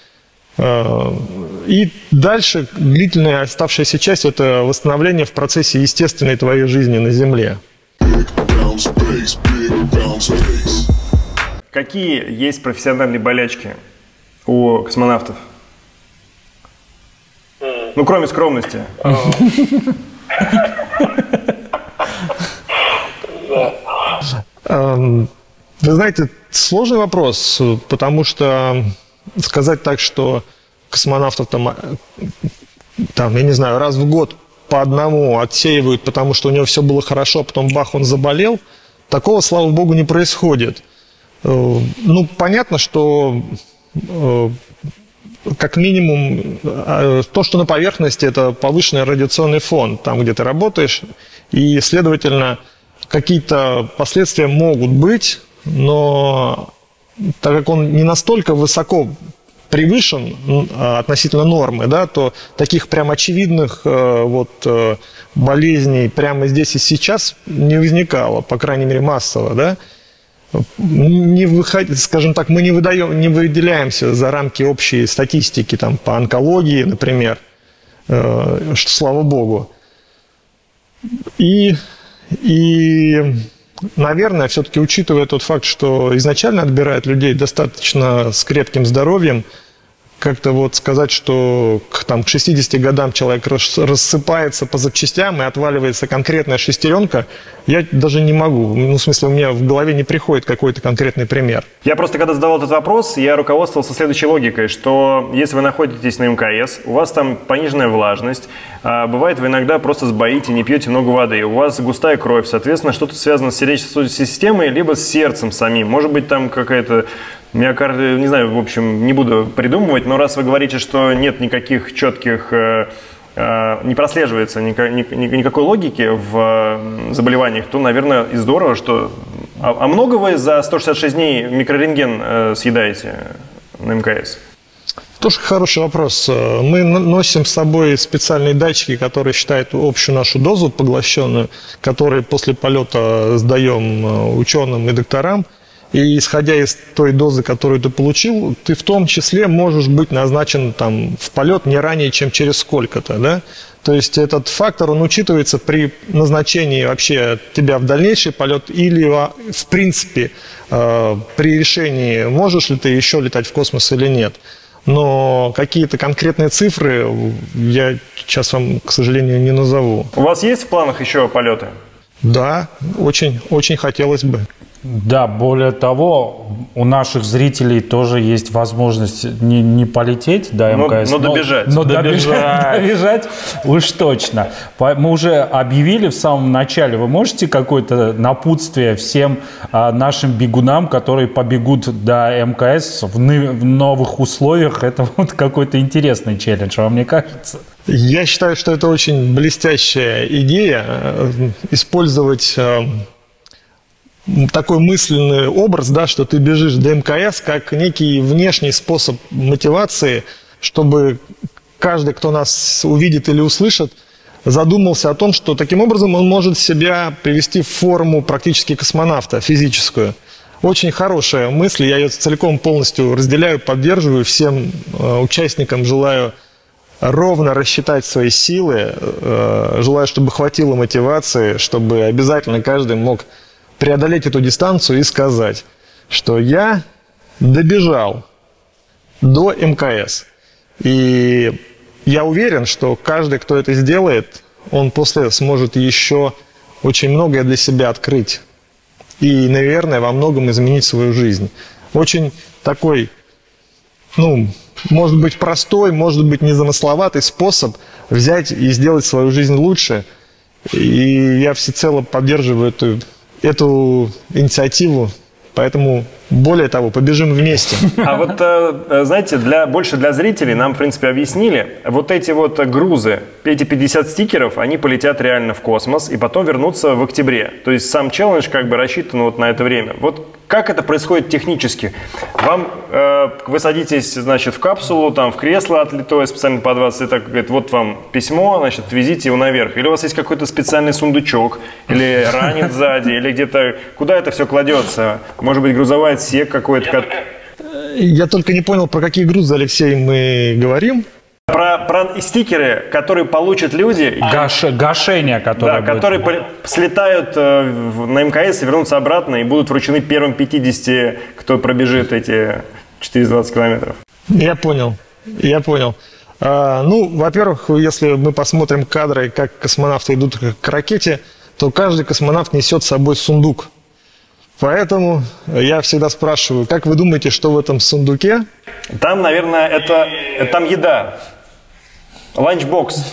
И дальше длительная оставшаяся часть – это восстановление в процессе естественной твоей жизни на Земле. Какие есть профессиональные болячки у космонавтов? Кроме скромности. Вы знаете, сложный вопрос, потому что сказать так, что космонавтов там, я не знаю, раз в год по одному отсеивают, потому что у него все было хорошо, а потом бах, он заболел, такого, слава богу, не происходит. Понятно, что как минимум то, что на поверхности, это повышенный радиационный фон, там, где ты работаешь, и, следовательно, какие-то последствия могут быть, но так как он не настолько высоко превышен относительно нормы, да, то таких прям очевидных болезней прямо здесь и сейчас не возникало, по крайней мере, массово, да. Скажем так, мы не выделяемся за рамки общей статистики там, по онкологии, например, что слава богу. И наверное, все-таки учитывая тот факт, что изначально отбирают людей достаточно с крепким здоровьем, как-то сказать, что к 60 годам человек рассыпается по запчастям и отваливается конкретная шестеренка, я даже не могу. В смысле, у меня в голове не приходит какой-то конкретный пример. Я просто, когда задавал этот вопрос, я руководствовался следующей логикой, что если вы находитесь на МКС, у вас там пониженная влажность, бывает, вы иногда просто сбоите, не пьете много воды, у вас густая кровь, соответственно, что-то связано с сердечно-сосудистой системой, либо с сердцем самим. Может быть, там какая-то миокард, не знаю, в общем, не буду придумывать, но раз вы говорите, что нет никаких четких, не прослеживается никакой логики в заболеваниях, то, наверное, и здорово, что... А много вы за 166 дней микрорентген съедаете на МКС? Тоже хороший вопрос. Мы носим с собой специальные датчики, которые считают общую нашу дозу поглощенную, которые после полета сдаем ученым и докторам. и исходя из той дозы, которую ты получил, ты в том числе можешь быть назначен там, в полет не ранее, чем через сколько-то. Да? То есть этот фактор, он учитывается при назначении вообще тебя в дальнейший полет или в принципе при решении, можешь ли ты еще летать в космос или нет. Но какие-то конкретные цифры я сейчас вам, к сожалению, не назову. У вас есть в планах еще полеты? Да, очень, очень хотелось бы. Да, более того, у наших зрителей тоже есть возможность не полететь до МКС, но добежать. Но добежать уж точно. Мы уже объявили в самом начале. Вы можете какое-то напутствие всем нашим бегунам, которые побегут до МКС в новых условиях? Это вот какой-то интересный челлендж, вам не кажется? Я считаю, что это очень блестящая идея использовать такой мысленный образ, да, что ты бежишь до МКС как некий внешний способ мотивации, чтобы каждый, кто нас увидит или услышит, задумался о том, что таким образом он может себя привести в форму практически космонавта, физическую. Очень хорошая мысль, я ее целиком полностью разделяю, поддерживаю, всем участникам желаю ровно рассчитать свои силы, желаю, чтобы хватило мотивации, чтобы обязательно каждый мог преодолеть эту дистанцию и сказать, что я добежал до МКС. И я уверен, что каждый, кто это сделает, он после сможет еще очень многое для себя открыть. И, наверное, во многом изменить свою жизнь. Очень такой, может быть, простой, может быть, незамысловатый способ взять и сделать свою жизнь лучше. И я всецело поддерживаю эту инициативу, поэтому, более того, побежим вместе. А вот, знаете, больше для зрителей нам, в принципе, объяснили, вот эти вот грузы, эти 50 стикеров, они полетят реально в космос и потом вернутся в октябре. То есть сам челлендж как бы рассчитан вот на это время. Вот как это происходит технически? Вы садитесь, значит, в капсулу, там, в кресло отлитое специально под вас, и так говорит, вот вам письмо, значит, везите его наверх. Или у вас есть какой-то специальный сундучок, или ранец сзади, или где-то, куда это все кладется? Может быть, грузовой отсек какой-то? Я только не понял, про какие грузы, Алексей, мы говорим. Про стикеры, которые получат люди. Гашение, которые слетают на МКС и вернутся обратно и будут вручены первым 50, кто пробежит эти 420 километров. Я понял. Во-первых, если мы посмотрим кадры, как космонавты идут к ракете, то каждый космонавт несет с собой сундук. Поэтому я всегда спрашиваю, как вы думаете, что в этом сундуке? Там, наверное, там еда. Ланчбокс.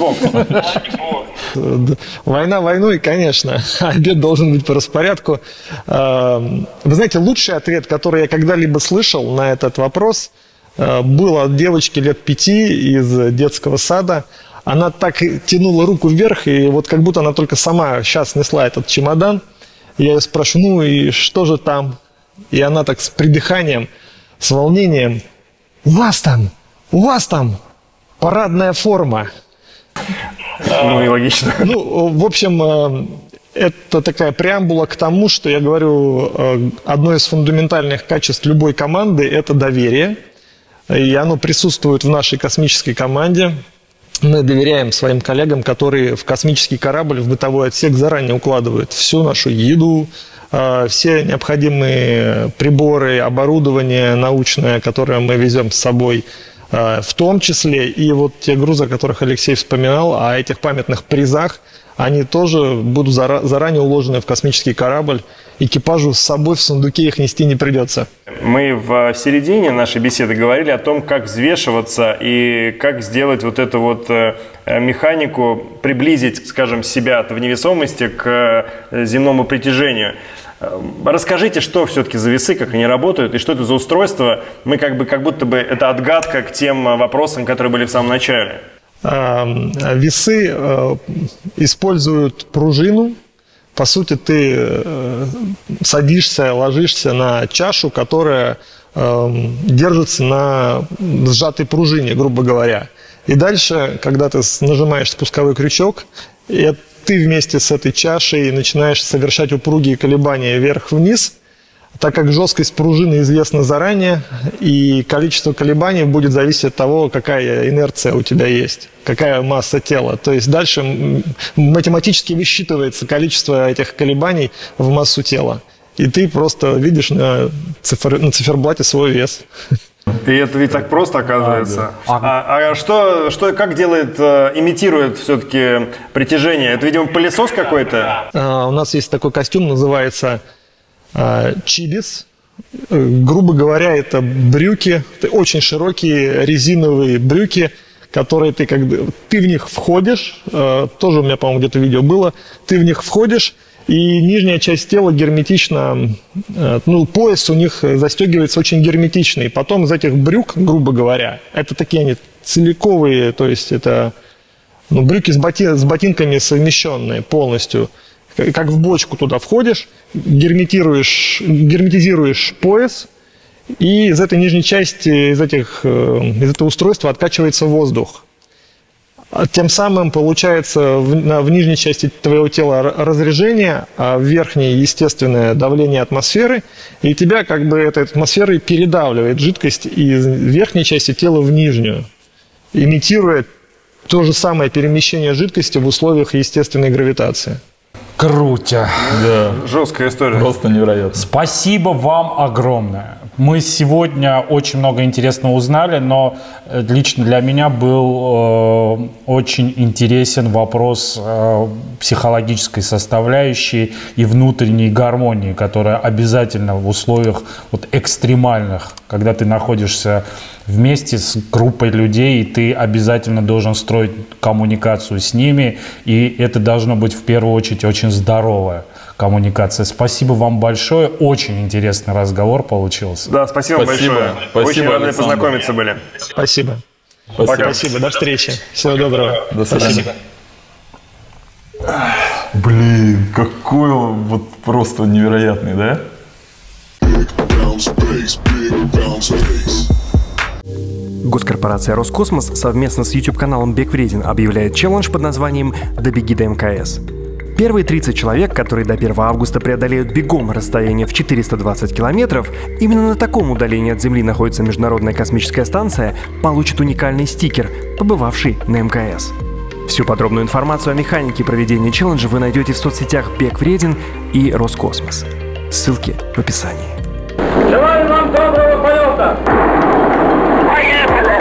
Война войной, конечно. Обед должен быть по распорядку. Вы знаете, лучший ответ, который я когда-либо слышал на этот вопрос, был от девочки лет 5 из детского сада. Она так тянула руку вверх, и вот как будто она только сама сейчас несла этот чемодан. Я ее спрашиваю, и что же там? И она так с придыханием, с волнением: у вас там парадная форма. Ну и логично. В общем, это такая преамбула к тому, что я говорю, одно из фундаментальных качеств любой команды – это доверие. И оно присутствует в нашей космической команде. Мы доверяем своим коллегам, которые в космический корабль, в бытовой отсек заранее укладывают всю нашу еду, все необходимые приборы, оборудование научное, которое мы везем с собой, в том числе и вот те грузы, о которых Алексей вспоминал, о этих памятных призах, они тоже будут заранее уложены в космический корабль. Экипажу с собой в сундуке их нести не придется. Мы в середине нашей беседы говорили о том, как взвешиваться и как сделать вот эту вот механику, приблизить, скажем, себя в невесомости к земному притяжению. Расскажите, что все-таки за весы, как они работают и что это за устройство. Мы как будто бы это отгадка к тем вопросам, которые были в самом начале. Весы используют пружину. По сути, ты садишься, ложишься на чашу, которая держится на сжатой пружине, грубо говоря. И дальше, когда ты нажимаешь спусковой крючок, ты вместе с этой чашей начинаешь совершать упругие колебания вверх-вниз. так как жесткость пружины известна заранее, и количество колебаний будет зависеть от того, какая инерция у тебя есть, какая масса тела. То есть дальше математически высчитывается количество этих колебаний в массу тела. И ты просто видишь на циферблате свой вес. И это ведь так просто оказывается. Как имитирует все-таки притяжение? Это, видимо, пылесос какой-то? У нас есть такой костюм, называется чибис. Грубо говоря, это брюки, очень широкие резиновые брюки, которые ты в них входишь, тоже у меня, по-моему, где-то видео было, ты в них входишь, и нижняя часть тела герметично, пояс у них застегивается очень герметично, и потом из этих брюк, грубо говоря, это такие они целиковые, то есть это брюки с ботинками совмещенные полностью, как в бочку туда входишь, герметизируешь пояс, и из этой нижней части, из этого устройства откачивается воздух. Тем самым получается в нижней части твоего тела разрежение, а в верхней естественное давление атмосферы, и тебя этой атмосферой передавливает жидкость из верхней части тела в нижнюю, имитируя то же самое перемещение жидкости в условиях естественной гравитации. Круто. Да. Жесткая история. Просто невероятно. Спасибо вам огромное. Мы сегодня очень много интересного узнали, но лично для меня был очень интересен вопрос психологической составляющей и внутренней гармонии, которая обязательно в условиях экстремальных, когда ты находишься вместе с группой людей, и ты обязательно должен строить коммуникацию с ними, и это должно быть в первую очередь очень здоровая коммуникация. Спасибо вам большое. Очень интересный разговор получился. Да, спасибо большое. Спасибо, очень рады Александр. познакомиться были. Спасибо. Спасибо. Спасибо. До встречи. Всего доброго. До свидания. Спасибо. Блин, какой он просто невероятный, да? Госкорпорация «Роскосмос» совместно с YouTube-каналом «Бег вреден» объявляет челлендж под названием «Добеги до МКС». Первые 30 человек, которые до 1 августа преодолеют бегом расстояние в 420 километров, именно на таком удалении от Земли находится Международная космическая станция, получат уникальный стикер, побывавший на МКС. Всю подробную информацию о механике проведения челленджа вы найдете в соцсетях «Бег вреден» и «Роскосмос». Ссылки в описании. Желаю вам доброго полета! Поехали!